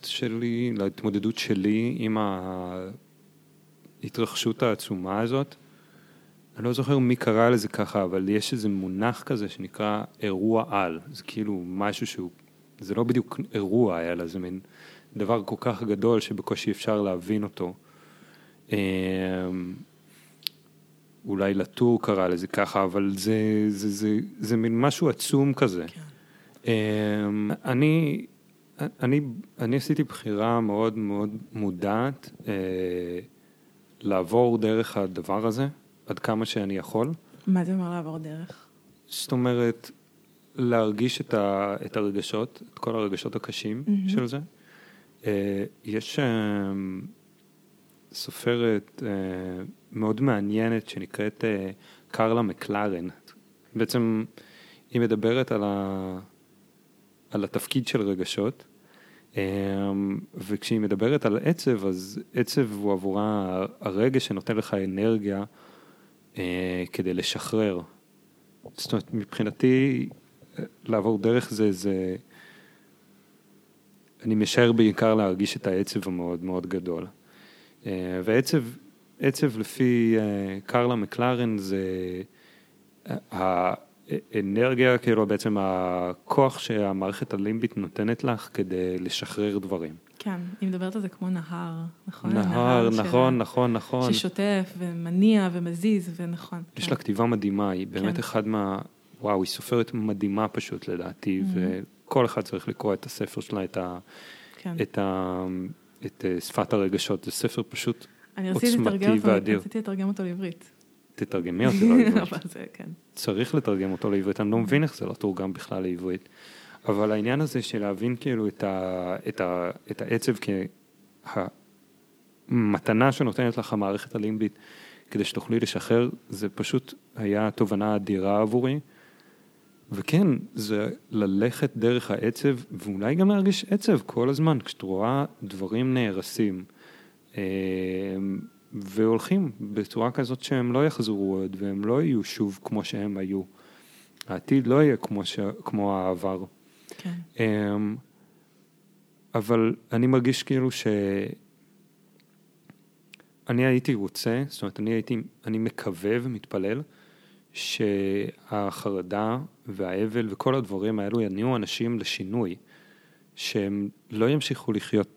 שלי עם ההתרחשות העצומה הזאת. אני לא זוכר מי קרא לזה ככה, אבל יש איזה מונח כזה שנקרא אירוע על. זה כאילו משהו שהוא, זה לא בדיוק אירוע, אלא זה מין דבר כל כך גדול שבקושי אפשר להבין אותו. אולי לטור קרא לזה ככה, אבל זה מין משהו עצום כזה. אני עשיתי בחירה מאוד מאוד מודעת לעבור דרך הדבר הזה, עד כמה שאני יכול. מה זה אומר לעבור דרך? זאת אומרת, להרגיש את הרגשות, את כל הרגשות הקשים של זה. יש סופרת מאוד מעניינת שנקראת קרלה מקלרן. בעצם היא מדברת על התפקיד של רגשות, וכשהיא מדברת על עצב, אז עצב הוא עבורה הרגש שנותן לך אנרגיה כדי לשחרר. זאת אומרת, מבחינתי לעבור דרך זה אני משער בעיקר להרגיש את העצב המאוד מאוד גדול. ועצב לפי קרלה מקלרן זה האנרגיה, כאילו בעצם הכוח שהמערכת הלימבית נותנת לך כדי לשחרר דברים. כן, היא מדברת על זה כמו נהר, נכון? נהר, נכון. ששוטף ומניע ומזיז, ונכון. יש לה כתיבה מדהימה, היא באמת אחד וואו, היא סופרת מדהימה פשוט לדעתי, וכל אחד צריך לקרוא את הספר שלה, את שפת הרגשות. זה ספר פשוט עוצמתי ואדיר. רציתי לתרגם אותו לעברית. תתרגמי אותו לעברית. אבל זה, כן. צריך לתרגם אותו לעברית, אני לא מבין איך זה לא תורגם בכלל לעברית. אבל העניין הזה של להבין כאילו את העצב כמתנה שנותנת לך המערכת הלימבית, כדי שתוכלי לשחרר, זה פשוט היה תובנה אדירה עבורי. וכן, זה ללכת דרך העצב, ואולי גם להרגיש עצב כל הזמן, כשאת רואה דברים נהרסים, והולכים בצורה כזאת שהם לא יחזרו עוד, והם לא יהיו שוב כמו שהם היו. העתיד לא יהיה כמו העבר. כן. אבל אני מרגיש כאילו אני הייתי רוצה, זאת אומרת, אני מקווה ומתפלל, שהחרדה והאבל וכל הדברים האלו יניעו אנשים לשינוי, שהם לא ימשיכו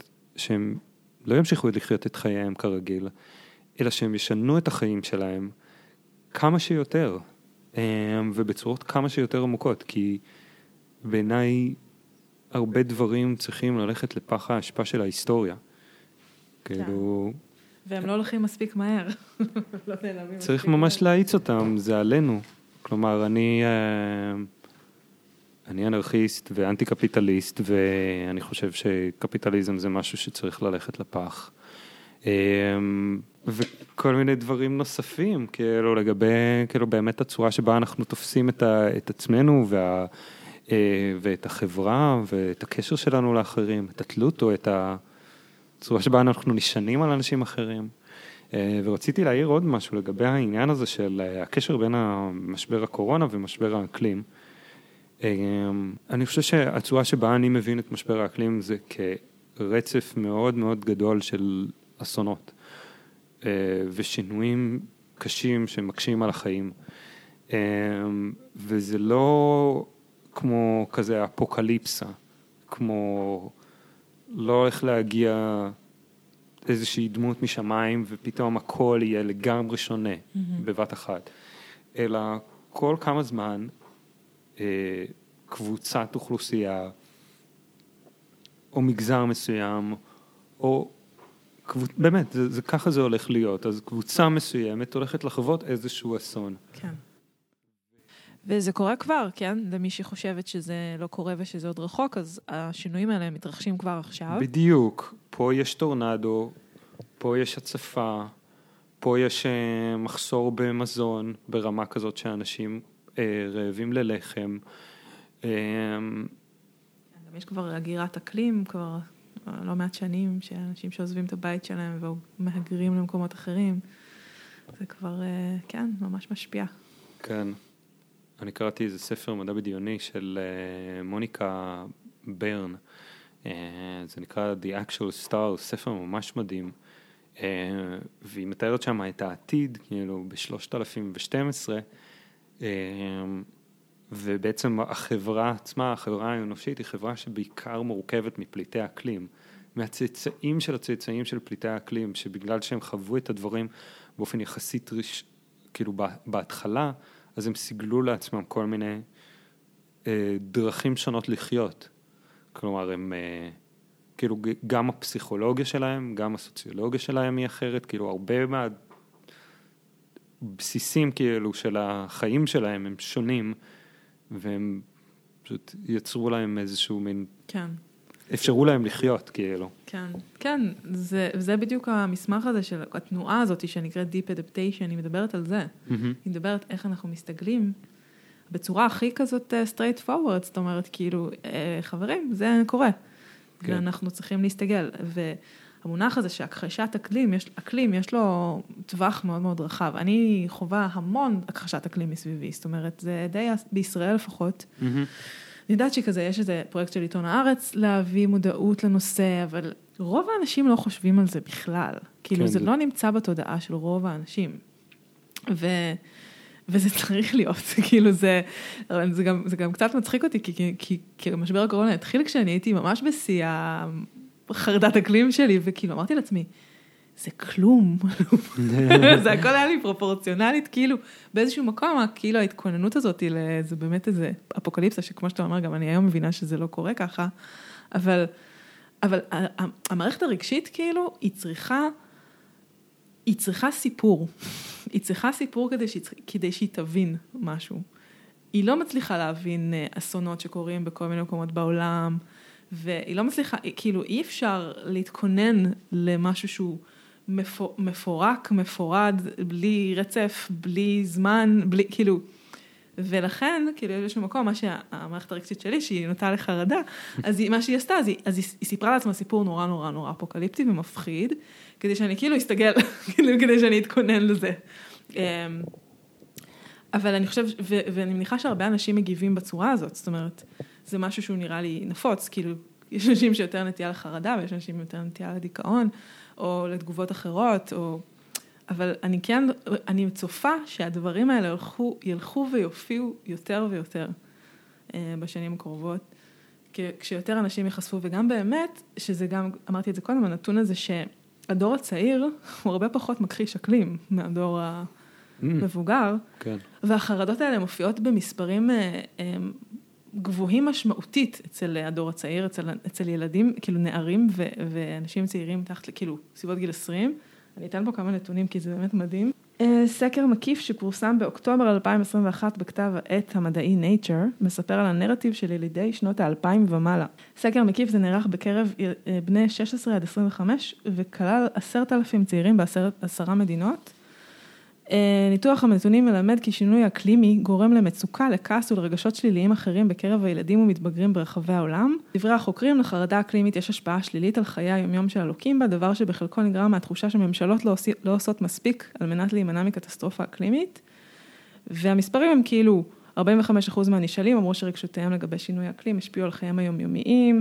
לחיות את חייהם כרגיל, אלא שהם ישנו את החיים שלהם כמה שיותר, ובצורות כמה שיותר עמוקות, כי בעיניי הרבה דברים צריכים ללכת לפח האשפה של ההיסטוריה. כאילו... והם לא הולכים מספיק מהר. צריך ממש להאיץ אותם, זה עלינו. כלומר, אני אנרכיסט ואנטי קפיטליסט, ואני חושב שקפיטליזם זה משהו שצריך ללכת לפח. וכל מיני דברים נוספים, כאילו לגבי, כאילו באמת הצורה שבה אנחנו תופסים את עצמנו ואת החברה ואת הקשר שלנו לאחרים, את התלות או את הצורה שבה אנחנו נשענים על אנשים אחרים. ורציתי להעיר עוד משהו לגבי העניין הזה של הקשר בין משבר הקורונה ומשבר האקלים. אני חושב שהצורה שבה אני מבין את משבר האקלים זה כרצף מאוד מאוד גדול של אסונות ושינויים קשים שמקשים על החיים. וזה לא כמו כזה אפוקליפסה, כמו לא הולך להגיע איזושהי דמות משמיים ופתאום הכל יהיה לגמרי שונה בבת אחת, אלא כל כמה זמן קבוצת אוכלוסייה או מגזר מסוים או באמת, ככה זה הולך להיות, אז קבוצה מסוימת הולכת לחוות איזשהו אסון. כן. וזה קורה כבר, כן? למי שחושבת שזה לא קורה ושזה עוד רחוק, אז השינויים האלה מתרחשים כבר עכשיו. בדיוק. פה יש טורנדו, פה יש הצפה, פה יש מחסור במזון, ברמה כזאת שאנשים רעבים ללחם. יש כבר הגירת אקלים, כבר לא מעט שנים, שאנשים שעוזבים את הבית שלהם ומהגרים למקומות אחרים. זה כבר, כן, ממש משפיע. כן. אני קראתי איזה ספר מדע בדיוני של מוניקה ברן, זה נקרא The Actual Star, ספר ממש מדהים, והיא מתארת שם את העתיד, כאילו ב-3012, ובעצם החברה עצמה, החברה האנושית, היא חברה שבעיקר מורכבת מפליטי אקלים, מהצאצאים של הצאצאים של פליטי האקלים, שבגלל שהם חוו את הדברים באופן יחסית, כאילו בהתחלה, אז הם סיגלו לעצמם כל מיני דרכים שונות לחיות. כלומר, הם, כאילו, גם הפסיכולוגיה שלהם, גם הסוציולוגיה שלהם היא אחרת, כאילו, הרבה מהבסיסים, כאילו, של החיים שלהם הם שונים, והם פשוט יצרו להם איזשהו מין... כן. אפשרו להם לחיות, כאילו. כן, כן, זה בדיוק המסמך הזה של התנועה הזאת שנקראת Deep Adaptation, היא מדברת על זה. היא מדברת איך אנחנו מסתגלים בצורה הכי כזאת straight forward, זאת אומרת, כאילו, חברים, זה קורה. ואנחנו צריכים להסתגל. והמונח הזה שהכחשת אקלים, יש לו טווח מאוד מאוד רחב. אני חווה המון הכחשת אקלים מסביבי, זאת אומרת, זה די בישראל לפחות. אני יודעת שכזה, יש איזה פרויקט של עיתון הארץ להביא מודעות לנושא, אבל רוב האנשים לא חושבים על זה בכלל. כאילו, זה לא נמצא בתודעה של רוב האנשים. וזה צריך להיות. כאילו, זה גם קצת מצחיק אותי, כי משבר הקורונה התחיל כשאני הייתי ממש בשיא החרדת אקלים שלי, וכאילו, אמרתי לעצמי, זה כלום. זה הכל היה לי פרופורציונלית, כאילו, באיזשהו מקום, כאילו ההתכוננות הזאת, זה באמת איזה אפוקליפסה, שכמו שאתה אומר, גם אני היום מבינה שזה לא קורה ככה, אבל המערכת הרגשית, כאילו, היא צריכה סיפור. היא צריכה סיפור כדי שהיא תבין משהו. היא לא מצליחה להבין אסונות שקורים בכל מיני מקומות בעולם, והיא לא מצליחה, כאילו, אי אפשר להתכונן למשהו שהוא מפורק, מפורד, בלי רצף, בלי זמן, בלי, כאילו, ולכן, כאילו, יש מקום, מה שהמערכת הרגשית שלי, שהיא נוטה לחרדה, אז מה שהיא עשתה, אז היא סיפרה לעצמה סיפור נורא נורא נורא אפוקליפטי ומפחיד, כדי שאני כאילו אסתגל, כדי שאני אתכונן לזה. אבל אני חושב, ואני מניחה שהרבה אנשים מגיבים בצורה הזאת, זאת אומרת, זה משהו שהוא נראה לי נפוץ, כאילו, יש אנשים שיותר נטייה לחרדה, ויש אנשים יותר נטייה לדיכאון, או לתגובות אחרות, אבל אני צופה שהדברים האלה ילכו ויופיעו יותר ויותר בשנים הקרובות, כשיותר אנשים יחשפו, וגם באמת, שזה גם, אמרתי את זה קודם, הנתון הזה שהדור הצעיר הוא הרבה פחות מכחיש אקלים מהדור המבוגר, והחרדות האלה מופיעות במספרים גבוהים משמעותית אצל הדור הצעיר, אצל ילדים, כאילו נערים ואנשים צעירים תחת, כאילו סביבות גיל 20. אני אתן פה כמה נתונים כי זה באמת מדהים. סקר מקיף שפורסם באוקטובר 2021 בכתב העת המדעי Nature, מספר על הנרטיב של ילידי שנות ה-2000 ומעלה. סקר מקיף זה נערך בקרב בני 16 עד 25 וכלל 10,000 צעירים ב10 מדינות. ניתוח הנתונים מלמד כי שינוי אקלימי גורם למצוקה, לכעס ולרגשות שליליים אחרים בקרב הילדים ומתבגרים ברחבי העולם. דברי החוקרים, לחרדה אקלימית יש השפעה שלילית על חיי היומיום של הלוקים בה, דבר שבחלקו נגרם מהתחושה שממשלות לא עושות מספיק על מנת להימנע מקטסטרופה אקלימית. והמספרים הם כאילו 45% מהנשאלים אמרו שרגשותיהם לגבי שינוי אקלים השפיעו על חייהם היומיומיים.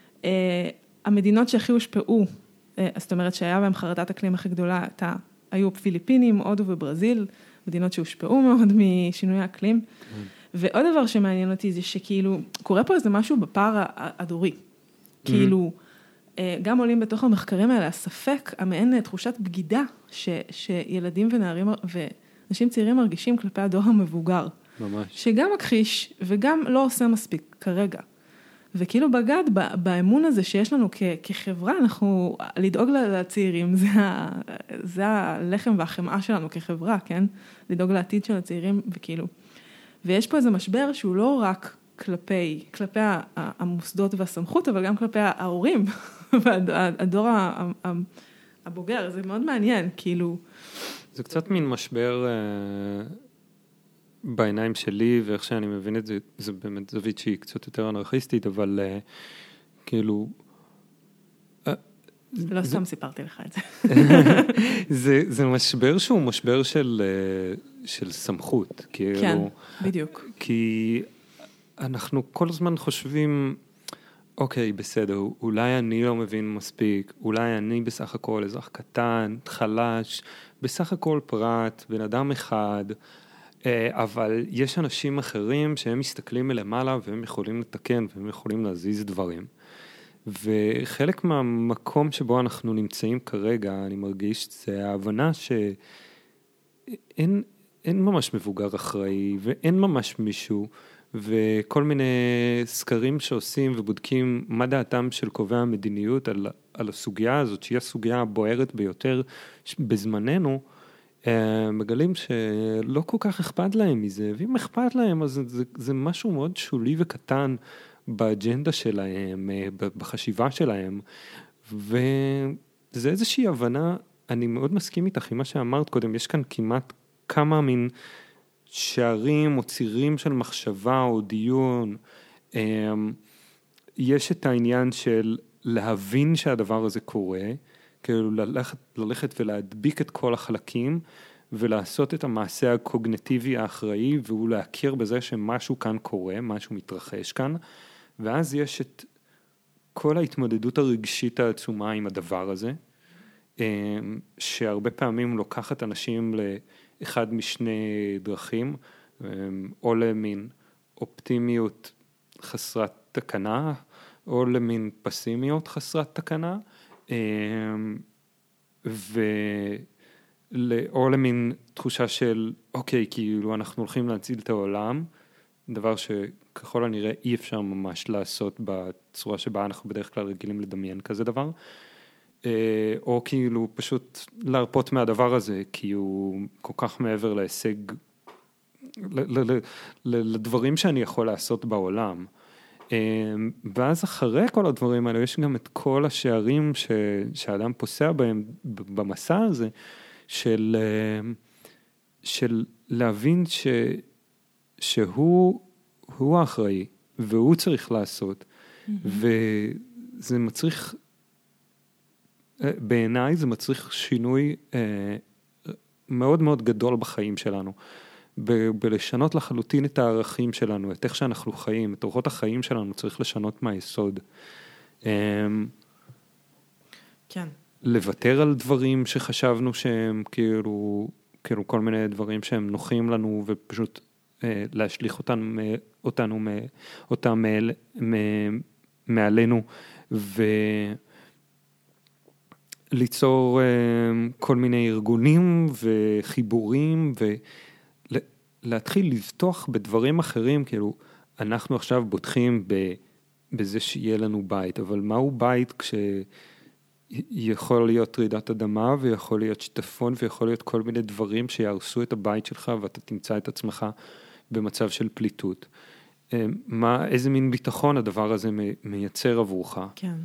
המדינות שהכי הושפעו, זאת אומרת שהיה בהם חרדת אקלים הכי גדולה, היו פיליפינים, הודו וברזיל, מדינות שהושפעו מאוד משינוי האקלים. ועוד דבר שמעניין אותי זה שכאילו, קורה פה איזה משהו בפער הדורי. כאילו, גם עולים בתוך המחקרים האלה, הספק, המעין תחושת בגידה, שילדים ונערים ואנשים צעירים מרגישים כלפי הדור המבוגר. ממש. שגם מכחיש וגם לא עושה מספיק כרגע. וכאילו בגד, באמון הזה שיש לנו כחברה, אנחנו, לדאוג לצעירים, זה הלחם והחמאה שלנו כחברה, כן? לדאוג לעתיד של הצעירים, וכאילו. ויש פה איזה משבר שהוא לא רק כלפי המוסדות והסמכות, אבל גם כלפי ההורים, והדור הבוגר, זה מאוד מעניין, כאילו. זה קצת מין משבר בעיניים שלי, ואיך שאני מבין את זה, זה באמת זווית שהיא קצת יותר אנרכיסטית, אבל כאילו... לא סתם סיפרתי לך את זה. זה משבר שהוא משבר של סמכות. כן, בדיוק. כי אנחנו כל הזמן חושבים, אוקיי, בסדר, אולי אני לא מבין מספיק, אולי אני בסך הכל אזרח קטן, חלש, בסך הכל פרט, בן אדם אחד, אבל יש אנשים אחרים שהם מסתכלים מלמעלה והם יכולים לתקן והם יכולים להזיז דברים. וחלק מהמקום שבו אנחנו נמצאים כרגע, אני מרגיש, זה ההבנה שאין ממש מבוגר אחראי ואין ממש מישהו, וכל מיני סקרים שעושים ובודקים מה דעתם של קובעי המדיניות על הסוגיה הזאת, שהיא הסוגיה הבוערת ביותר בזמננו, מגלים שלא כל כך אכפת להם מזה, ואם אכפת להם, אז זה משהו מאוד שולי וקטן באג'נדה שלהם, בחשיבה שלהם, וזה איזושהי הבנה, אני מאוד מסכים איתך עם מה שאמרת קודם, יש כאן כמעט כמה מין שערים או צירים של מחשבה או דיון, יש את העניין של להבין שהדבר הזה קורה, כאילו ללכת ולהדביק את כל החלקים, ולעשות את המעשה הקוגניטיבי האחראי, והוא להכיר בזה שמשהו כאן קורה, משהו מתרחש כאן, ואז יש את כל ההתמודדות הרגשית העצומה עם הדבר הזה, שהרבה פעמים לוקחת אנשים לאחד משני דרכים, או למין אופטימיות חסרת תקנה, או למין פסימיות חסרת תקנה, או למין תחושה של, אוקיי, כאילו אנחנו הולכים להציל את העולם, דבר שככל הנראה אי אפשר ממש לעשות בצורה שבה אנחנו בדרך כלל רגילים לדמיין כזה דבר, או כאילו פשוט להרפות מהדבר הזה, כי הוא כל כך מעבר להישג, לדברים שאני יכול לעשות בעולם. ואז אחרי כל הדברים האלה, יש גם את כל השערים שהאדם פוסע בהם במסע הזה, של להבין שהוא האחראי, והוא צריך לעשות, וזה מצריך, בעיניי זה מצריך שינוי מאוד מאוד גדול בחיים שלנו, בלשנות לחלוטין את הערכים שלנו, את איך שאנחנו חיים, את אורחות החיים שלנו צריך לשנות מהיסוד. כן. לוותר על דברים שחשבנו שהם כאילו כל מיני דברים שהם נוחים לנו, ופשוט להשליך אותם מעלינו, וליצור כל מיני ארגונים וחיבורים, ולהתחיל לבטוח בדברים אחרים, כאילו אנחנו עכשיו בוטחים בזה שיהיה לנו בית, אבל מהו בית יכול להיות רעידת אדמה, ויכול להיות שיטפון, ויכול להיות כל מיני דברים שיהרסו את הבית שלך, ואתה תמצא את עצמך במצב של פליטות. איזה מין ביטחון הדבר הזה מייצר עבורך? כן.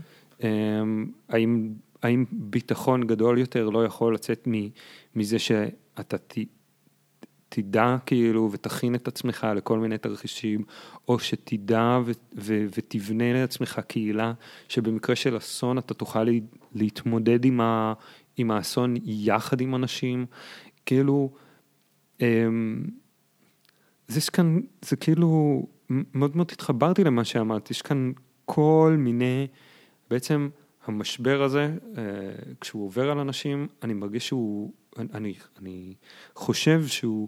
האם ביטחון גדול יותר לא יכול לצאת מזה שאתה תדע כאילו ותכין את עצמך לכל מיני תרחישים, או שתדע ותבנה לעצמך קהילה, שבמקרה של אסון אתה תוכל להתמודד עם האסון יחד עם אנשים, כאילו, זה כאילו, מאוד מאוד התחברתי למה שאמרתי, יש כאן כל מיני, בעצם המשבר הזה, כשהוא עובר על אנשים, אני מרגיש אני חושב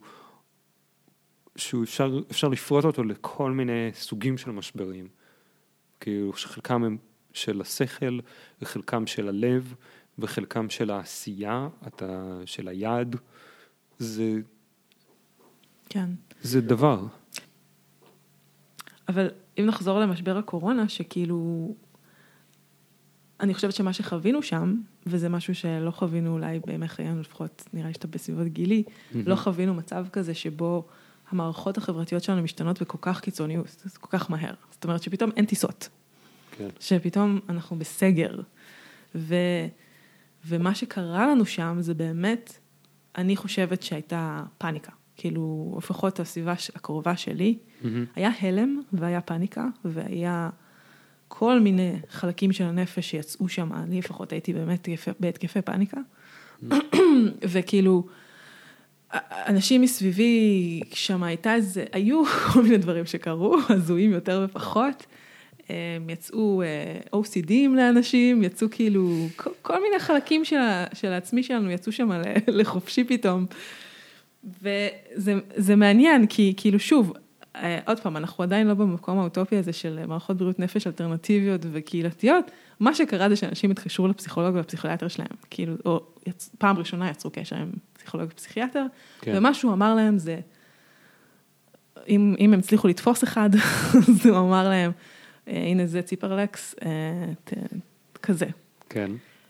אפשר לפרוט אותו לכל מיני סוגים של משברים, כאילו שחלקם הם של השכל, וחלקם של הלב, וחלקם של העשייה, של היד, כן. זה דבר. אבל אם נחזור למשבר הקורונה, שכאילו, אני חושבת שמה שחווינו שם, וזה משהו שלא חווינו אולי בימי חיינו, לפחות נראה לי שאתה בסביבות גילי, לא חווינו מצב כזה שבו המערכות החברתיות שלנו משתנות וכל כך קיצוניות, זה כל כך מהר. זאת אומרת שפתאום אין טיסות. כן. שפתאום אנחנו בסגר. ומה שקרה לנו שם זה באמת, אני חושבת שהייתה פאניקה. כאילו, לפחות הסביבה הקרובה שלי, היה הלם והיה פאניקה, והיה כל מיני חלקים של הנפש שיצאו שם, אני לפחות הייתי באמת בהתקפי פאניקה, וכאילו, אנשים מסביבי, שם היו כל מיני דברים שקרו, הזויים יותר ופחות, יצאו OCDים לאנשים, יצאו כאילו, כל מיני חלקים של העצמי שלנו, יצאו שם לחופשי פתאום, וזה מעניין, כי כאילו שוב, עוד פעם, אנחנו עדיין לא במקום האוטופי הזה של מערכות בריאות נפש אלטרנטיביות וקהילתיות, מה שקרה זה שאנשים התקשרו לפסיכולוג והפסיכולטר שלהם, כאילו, או פעם ראשונה יצרו קשר עם פסיכולוג ופסיכיאטר, כן. ומה שהוא אמר להם זה, אם הם הצליחו לתפוס אחד, אז הוא אמר להם, הנה זה ציפרלקס, כזה. כן.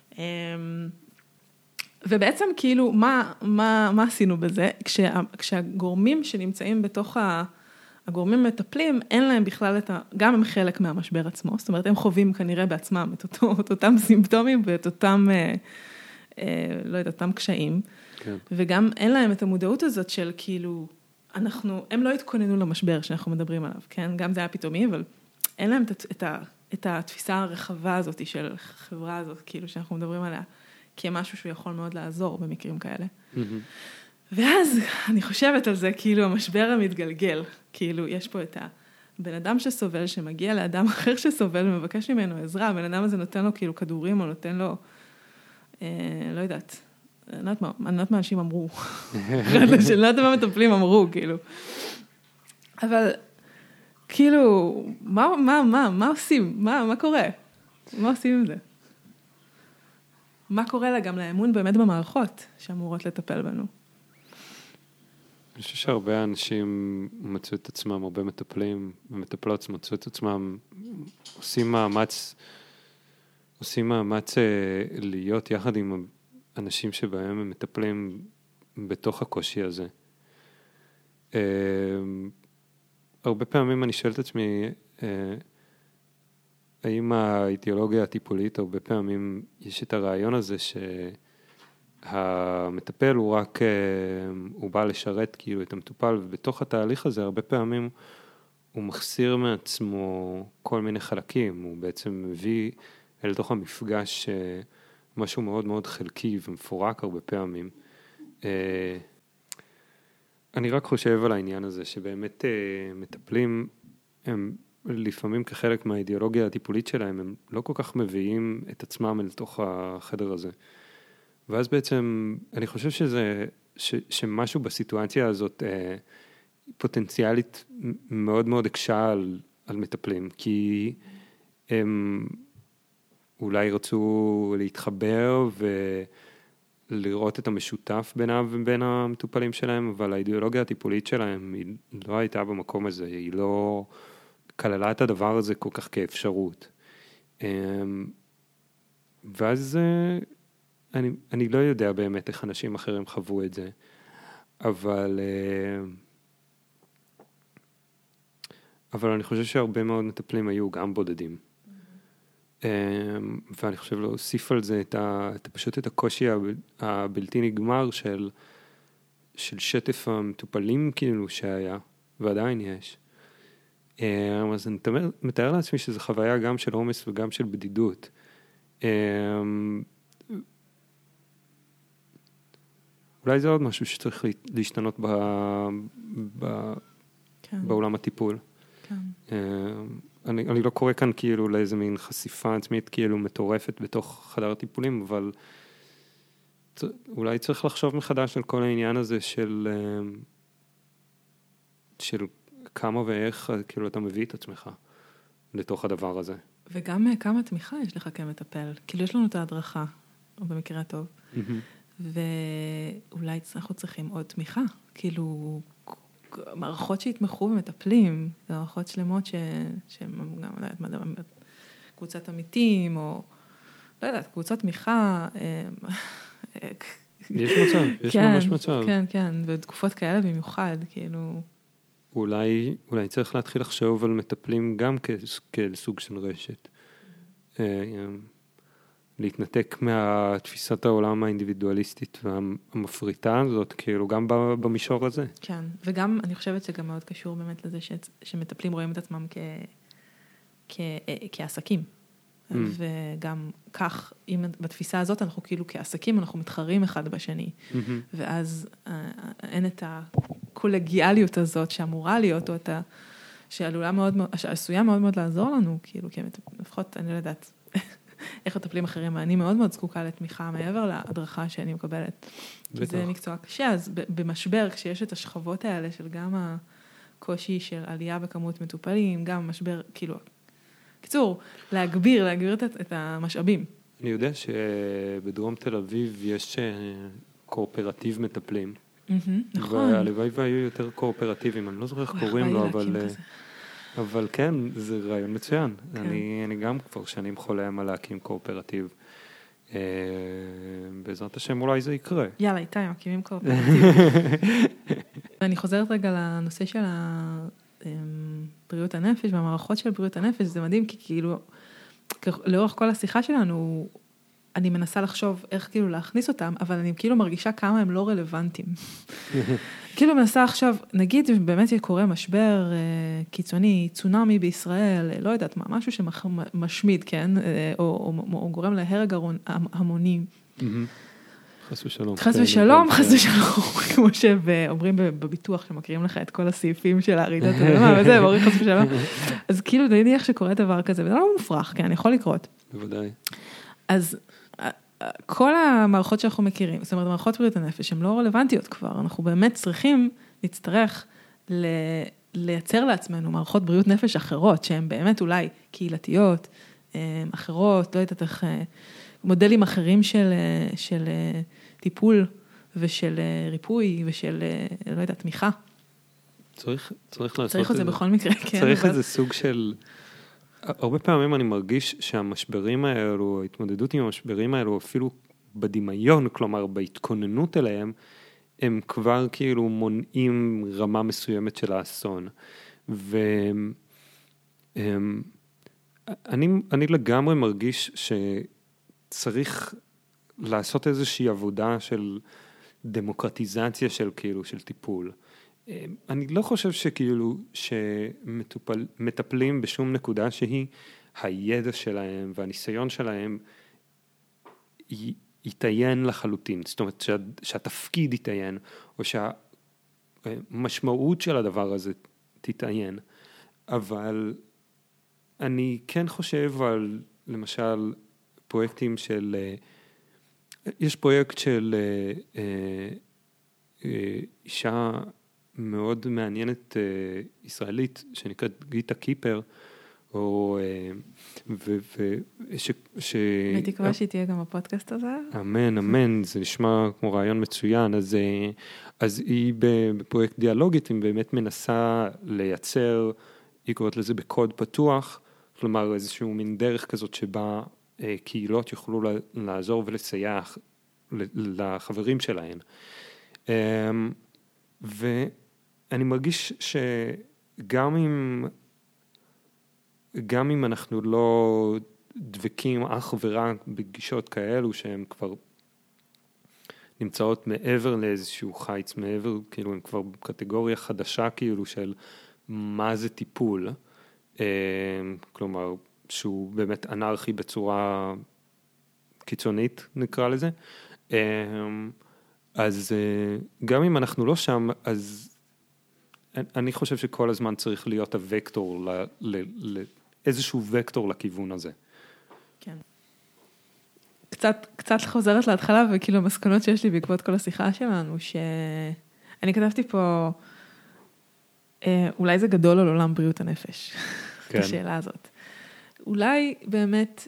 ובעצם כאילו, מה עשינו בזה? כשהגורמים שנמצאים בתוך הגורמים מטפלים, אין להם בכלל גם הם חלק מהמשבר עצמו, זאת אומרת, הם חווים כנראה בעצמם את אותם סימפטומים ואת אותם, לא יודעת, אותם קשיים, כן. וגם אין להם את המודעות הזאת של כאילו, הם לא התכוננו למשבר שאנחנו מדברים עליו, כן? גם זה היה פתאומי, אבל אין להם את התפיסה הרחבה הזאת של החברה הזאת, כאילו שאנחנו מדברים עליה, כמשהו שהוא יכול מאוד לעזור במקרים כאלה. ואז אני חושבת על זה, כאילו המשבר המתגלגל, כאילו יש פה את הבן אדם שסובל, שמגיע לאדם אחר שסובל ומבקש ממנו עזרה, הבן אדם הזה נותן לו כאילו כדורים, או נותן לו, לא יודעת, אני לא יודעת מה אנשים אמרו, לא יודעת מה מטפלים אמרו, כאילו. אבל כאילו, מה עושים? מה קורה? מה עושים עם זה? מה קורה לה גם לאמון באמת במערכות שאמורות לטפל בנו? אני חושב שהרבה אנשים מצאו את עצמם, הרבה מטפלים ומטפלות מצאו את עצמם, עושים מאמץ להיות יחד עם אנשים שבהם הם מטפלים בתוך הקושי הזה. הרבה פעמים אני שואל את עצמי, האם האידיאולוגיה הטיפולית, הרבה פעמים יש את הרעיון הזה שהמטפל הוא בא לשרת כאילו את המטופל, ובתוך התהליך הזה הרבה פעמים הוא מחסיר מעצמו כל מיני חלקים, הוא בעצם מביא אל תוך המפגש משהו מאוד מאוד חלקי ומפורק הרבה פעמים. אני רק חושב על העניין הזה שבאמת מטפלים הם לפעמים כחלק מהאידיאולוגיה הטיפולית שלהם, הם לא כל כך מביאים את עצמם אל תוך החדר הזה. ואז בעצם, אני חושב שמשהו בסיטואציה הזאת פוטנציאלית מאוד מאוד הקשה על מטפלים, כי הם אולי רצו להתחבר ולראות את המשותף בינם ובין המטופלים שלהם, אבל האידיאולוגיה הטיפולית שלהם היא לא הייתה במקום הזה, היא לא כללה את הדבר הזה כל כך כאפשרות. ואז אני לא יודע באמת איך אנשים אחרים חוו את זה, אבל אני חושב שהרבה מאוד מטפלים היו גם בודדים. ואני חושב להוסיף על זה פשוט את הקושי הבלתי נגמר של שטף המטופלים כאילו שהיה, ועדיין יש. אז אני מתאר לעצמי שזו חוויה גם של עומס וגם של בדידות. אולי זה עוד משהו שצריך להשתנות בעולם הטיפול. אני לא קורא כאן כאילו לאיזה מין חשיפה עצמית כאילו מטורפת בתוך חדר הטיפולים, אבל אולי צריך לחשוב מחדש על כל העניין הזה של כמה ואיך כאילו אתה מביא את עצמך לתוך הדבר הזה. וגם כמה תמיכה יש לך כמטפל. כאילו יש לנו את ההדרכה, או במקרה הטוב, ואולי אנחנו צריכים עוד תמיכה. כאילו מערכות שהתמחו במטפלים, מערכות שלמות שהן גם, לא יודעת מה, קבוצת עמיתים, או לא יודעת, קבוצת תמיכה. יש מצב, יש ממש מצב. כן, כן, בתקופות כאלה במיוחד, כאילו. אולי צריך להתחיל לחשוב על מטפלים גם כסוג של רשת. להתנתק מהתפיסת העולם האינדיבידואליסטית והמפריטה הזאת, כאילו גם במישור הזה. כן, וגם אני חושבת שגם מאוד קשור באמת לזה שמטפלים רואים את עצמם כעסקים. וגם כך, אם בתפיסה הזאת אנחנו כאילו כעסקים, אנחנו מתחרים אחד בשני. ואז אין את הקולגיאליות הזאת שאמורה להיות, או שעלולה מאוד, שעשויה מאוד מאוד לעזור לנו, כאילו, כי לפחות אני לא יודעת איך מטפלים אחרים, ואני מאוד מאוד זקוקה לתמיכה מעבר להדרכה שאני מקבלת. כי זה מקצוע קשה, אז במשבר, כשיש את השכבות האלה של גם הקושי של עלייה בכמות מטופלים, גם משבר, כאילו, קיצור, להגביר את המשאבים. אני יודע שבדרום תל אביב יש קואופרטיב מטפלים. נכון. והלוואי והיו יותר קואופרטיביים, אני לא זוכר איך קוראים לו, אבל כן, זה רעיון מצוין. אני גם כבר שנים חולם על להקים קואופרטיב. בעזרת השם אולי זה יקרה. יאללה, איתי, מקימים קואופרטיב. אני חוזרת רגע לנושא של בריאות הנפש, והמערכות של בריאות הנפש, זה מדהים, כי כאילו, לאורך כל השיחה שלנו, אני מנסה לחשוב איך כאילו להכניס אותם, אבל אני כאילו מרגישה כמה הם לא רלוונטיים. כאילו מנסה עכשיו, נגיד באמת קורה משבר קיצוני, צונמי בישראל, לא יודעת מה, משהו שמשמיד, כן? או גורם להרג המוני. חס ושלום. חס ושלום, חס ושלום, כמו שאומרים בביטוח, שמקריאים לך את כל הסעיפים של הרעידת אדמה, וזה, אומרים חס ושלום. אז כאילו, נניח שקורה דבר כזה, וזה לא מופרך, כן, יכול לקרות. בוודאי. אז כל המערכות שאנחנו מכירים, זאת אומרת, מערכות בריאות הנפש, הן לא רלוונטיות כבר, אנחנו באמת נצטרך לייצר לעצמנו מערכות בריאות נפש אחרות, שהן באמת אולי קהילתיות, אחרות, לא יודעת איך, מודלים אחרים של טיפול ושל ריפוי ושל, לא יודעת, תמיכה. צריך לעשות צריך את זה בכל מקרה, כן. צריך איזה סוג של, הרבה פעמים אני מרגיש שהמשברים האלו, ההתמודדות עם המשברים האלו, אפילו בדמיון, כלומר בהתכוננות אליהם, הם כבר כאילו מונעים רמה מסוימת של האסון. ואני לגמרי מרגיש שצריך לעשות איזושהי עבודה של דמוקרטיזציה של כאילו, של טיפול. אני לא חושב שכאילו, שמטפלים בשום נקודה שהיא, הידע שלהם והניסיון שלהם יתעיין לחלוטין. זאת אומרת, שהתפקיד יתעיין, או שהמשמעות של הדבר הזה תתעיין. אבל אני כן חושב על, למשל, פרויקטים של, יש פרויקט של אישה מאוד מעניינת ישראלית, שנקראת גיטה קיפר, או, אני תקווה שהיא תהיה גם בפודקאסט הזה. אמן, אמן, זה נשמע כמו רעיון מצוין, אז היא בפרויקט דיאלוגית, היא באמת מנסה לייצר, היא קוראת לזה בקוד פתוח, כלומר איזשהו מין דרך כזאת שבה קהילות יוכלו לעזור ולסייע לחברים שלהן. ואני מרגיש שגם אם אנחנו לא דבקים אך ורק בגישות כאלו שהן כבר נמצאות מעבר לאיזשהו חיץ, מעבר, כאילו, הם כבר קטגוריה חדשה, כאילו, של מה זה טיפול, כלומר, שהוא באמת אנרכי בצורה קיצונית, נקרא לזה. אז גם אם אנחנו לא שם, אז אני חושב שכל הזמן צריך להיות הוקטור, איזשהו וקטור לכיוון הזה. כן. קצת חוזרת להתחלה, וכאילו המסקנות שיש לי בעקבות כל השיחה שלנו, שאני כתבתי פה, אולי זה גדול על עולם בריאות הנפש, כן. את השאלה הזאת. אולי באמת,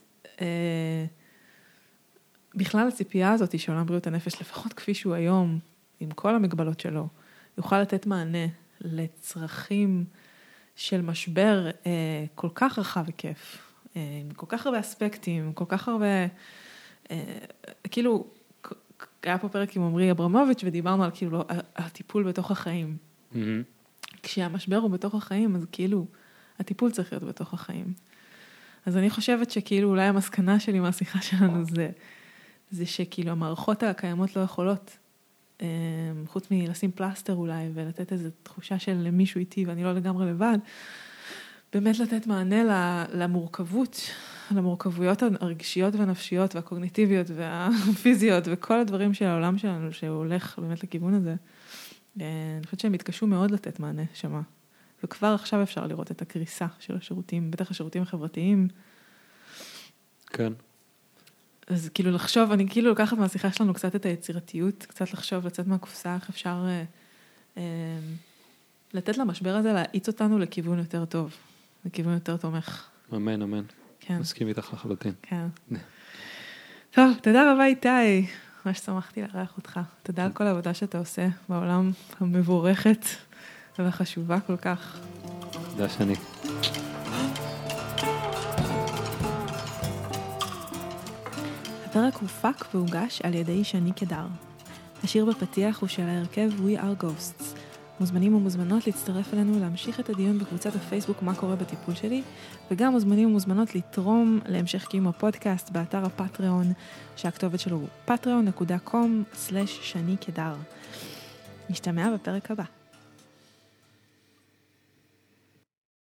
בכלל הציפייה הזאת של עולם בריאות הנפש, לפחות כפי שהוא היום, עם כל המגבלות שלו, יוכל לתת מענה לצרכים של משבר כל כך רחב וכיף, עם כל כך הרבה אספקטים, כל כך הרבה, כאילו, היה פה פרק עם עמרי אברמוביץ' ודיברנו על כאילו הטיפול בתוך החיים. כשהמשבר הוא בתוך החיים, אז כאילו הטיפול צריך להיות בתוך החיים. אז אני חושבת שכאילו אולי המסקנה שלי מהשיחה שלנו זה שכאילו המערכות הקיימות לא יכולות, חוץ מלשים פלסטר אולי, ולתת איזו תחושה של מישהו איתי ואני לא לגמרי לבד, באמת לתת מענה למורכבויות הרגשיות והנפשיות והקוגניטיביות והפיזיות וכל הדברים של העולם שלנו שהולך באמת לכיוון הזה. אני חושבת שהם התקשו מאוד לתת מענה שמה. וכבר עכשיו אפשר לראות את הקריסה של השירותים, בטח השירותים החברתיים. כן. אז כאילו לחשוב, אני כאילו לוקחת מהשיחה שלנו קצת את היצירתיות, קצת לחשוב, לצאת מהקופסה, איך אפשר לתת למשבר הזה, להאיץ אותנו לכיוון יותר טוב, לכיוון יותר תומך. אמן, אמן. כן. מסכים איתך לחלוטין. כן. טוב, תודה רבה איתי. ממש שמחתי לארח אותך. תודה על כל העבודה שאתה עושה בעולם המבורכת והחשובה כל כך. תודה שני. הפרק הופק והוגש על ידי שני קדר. השיר בפתיח הוא של ההרכב We Are Ghosts. מוזמנים ומוזמנות להצטרף אלינו להמשיך את הדיון בקבוצת הפייסבוק מה קורה בטיפול שלי, וגם מוזמנים ומוזמנות לתרום להמשך קיום הפודקאסט באתר הפטריון, שהכתובת שלו הוא patreon.com/שני קדר. נשתמע בפרק הבא.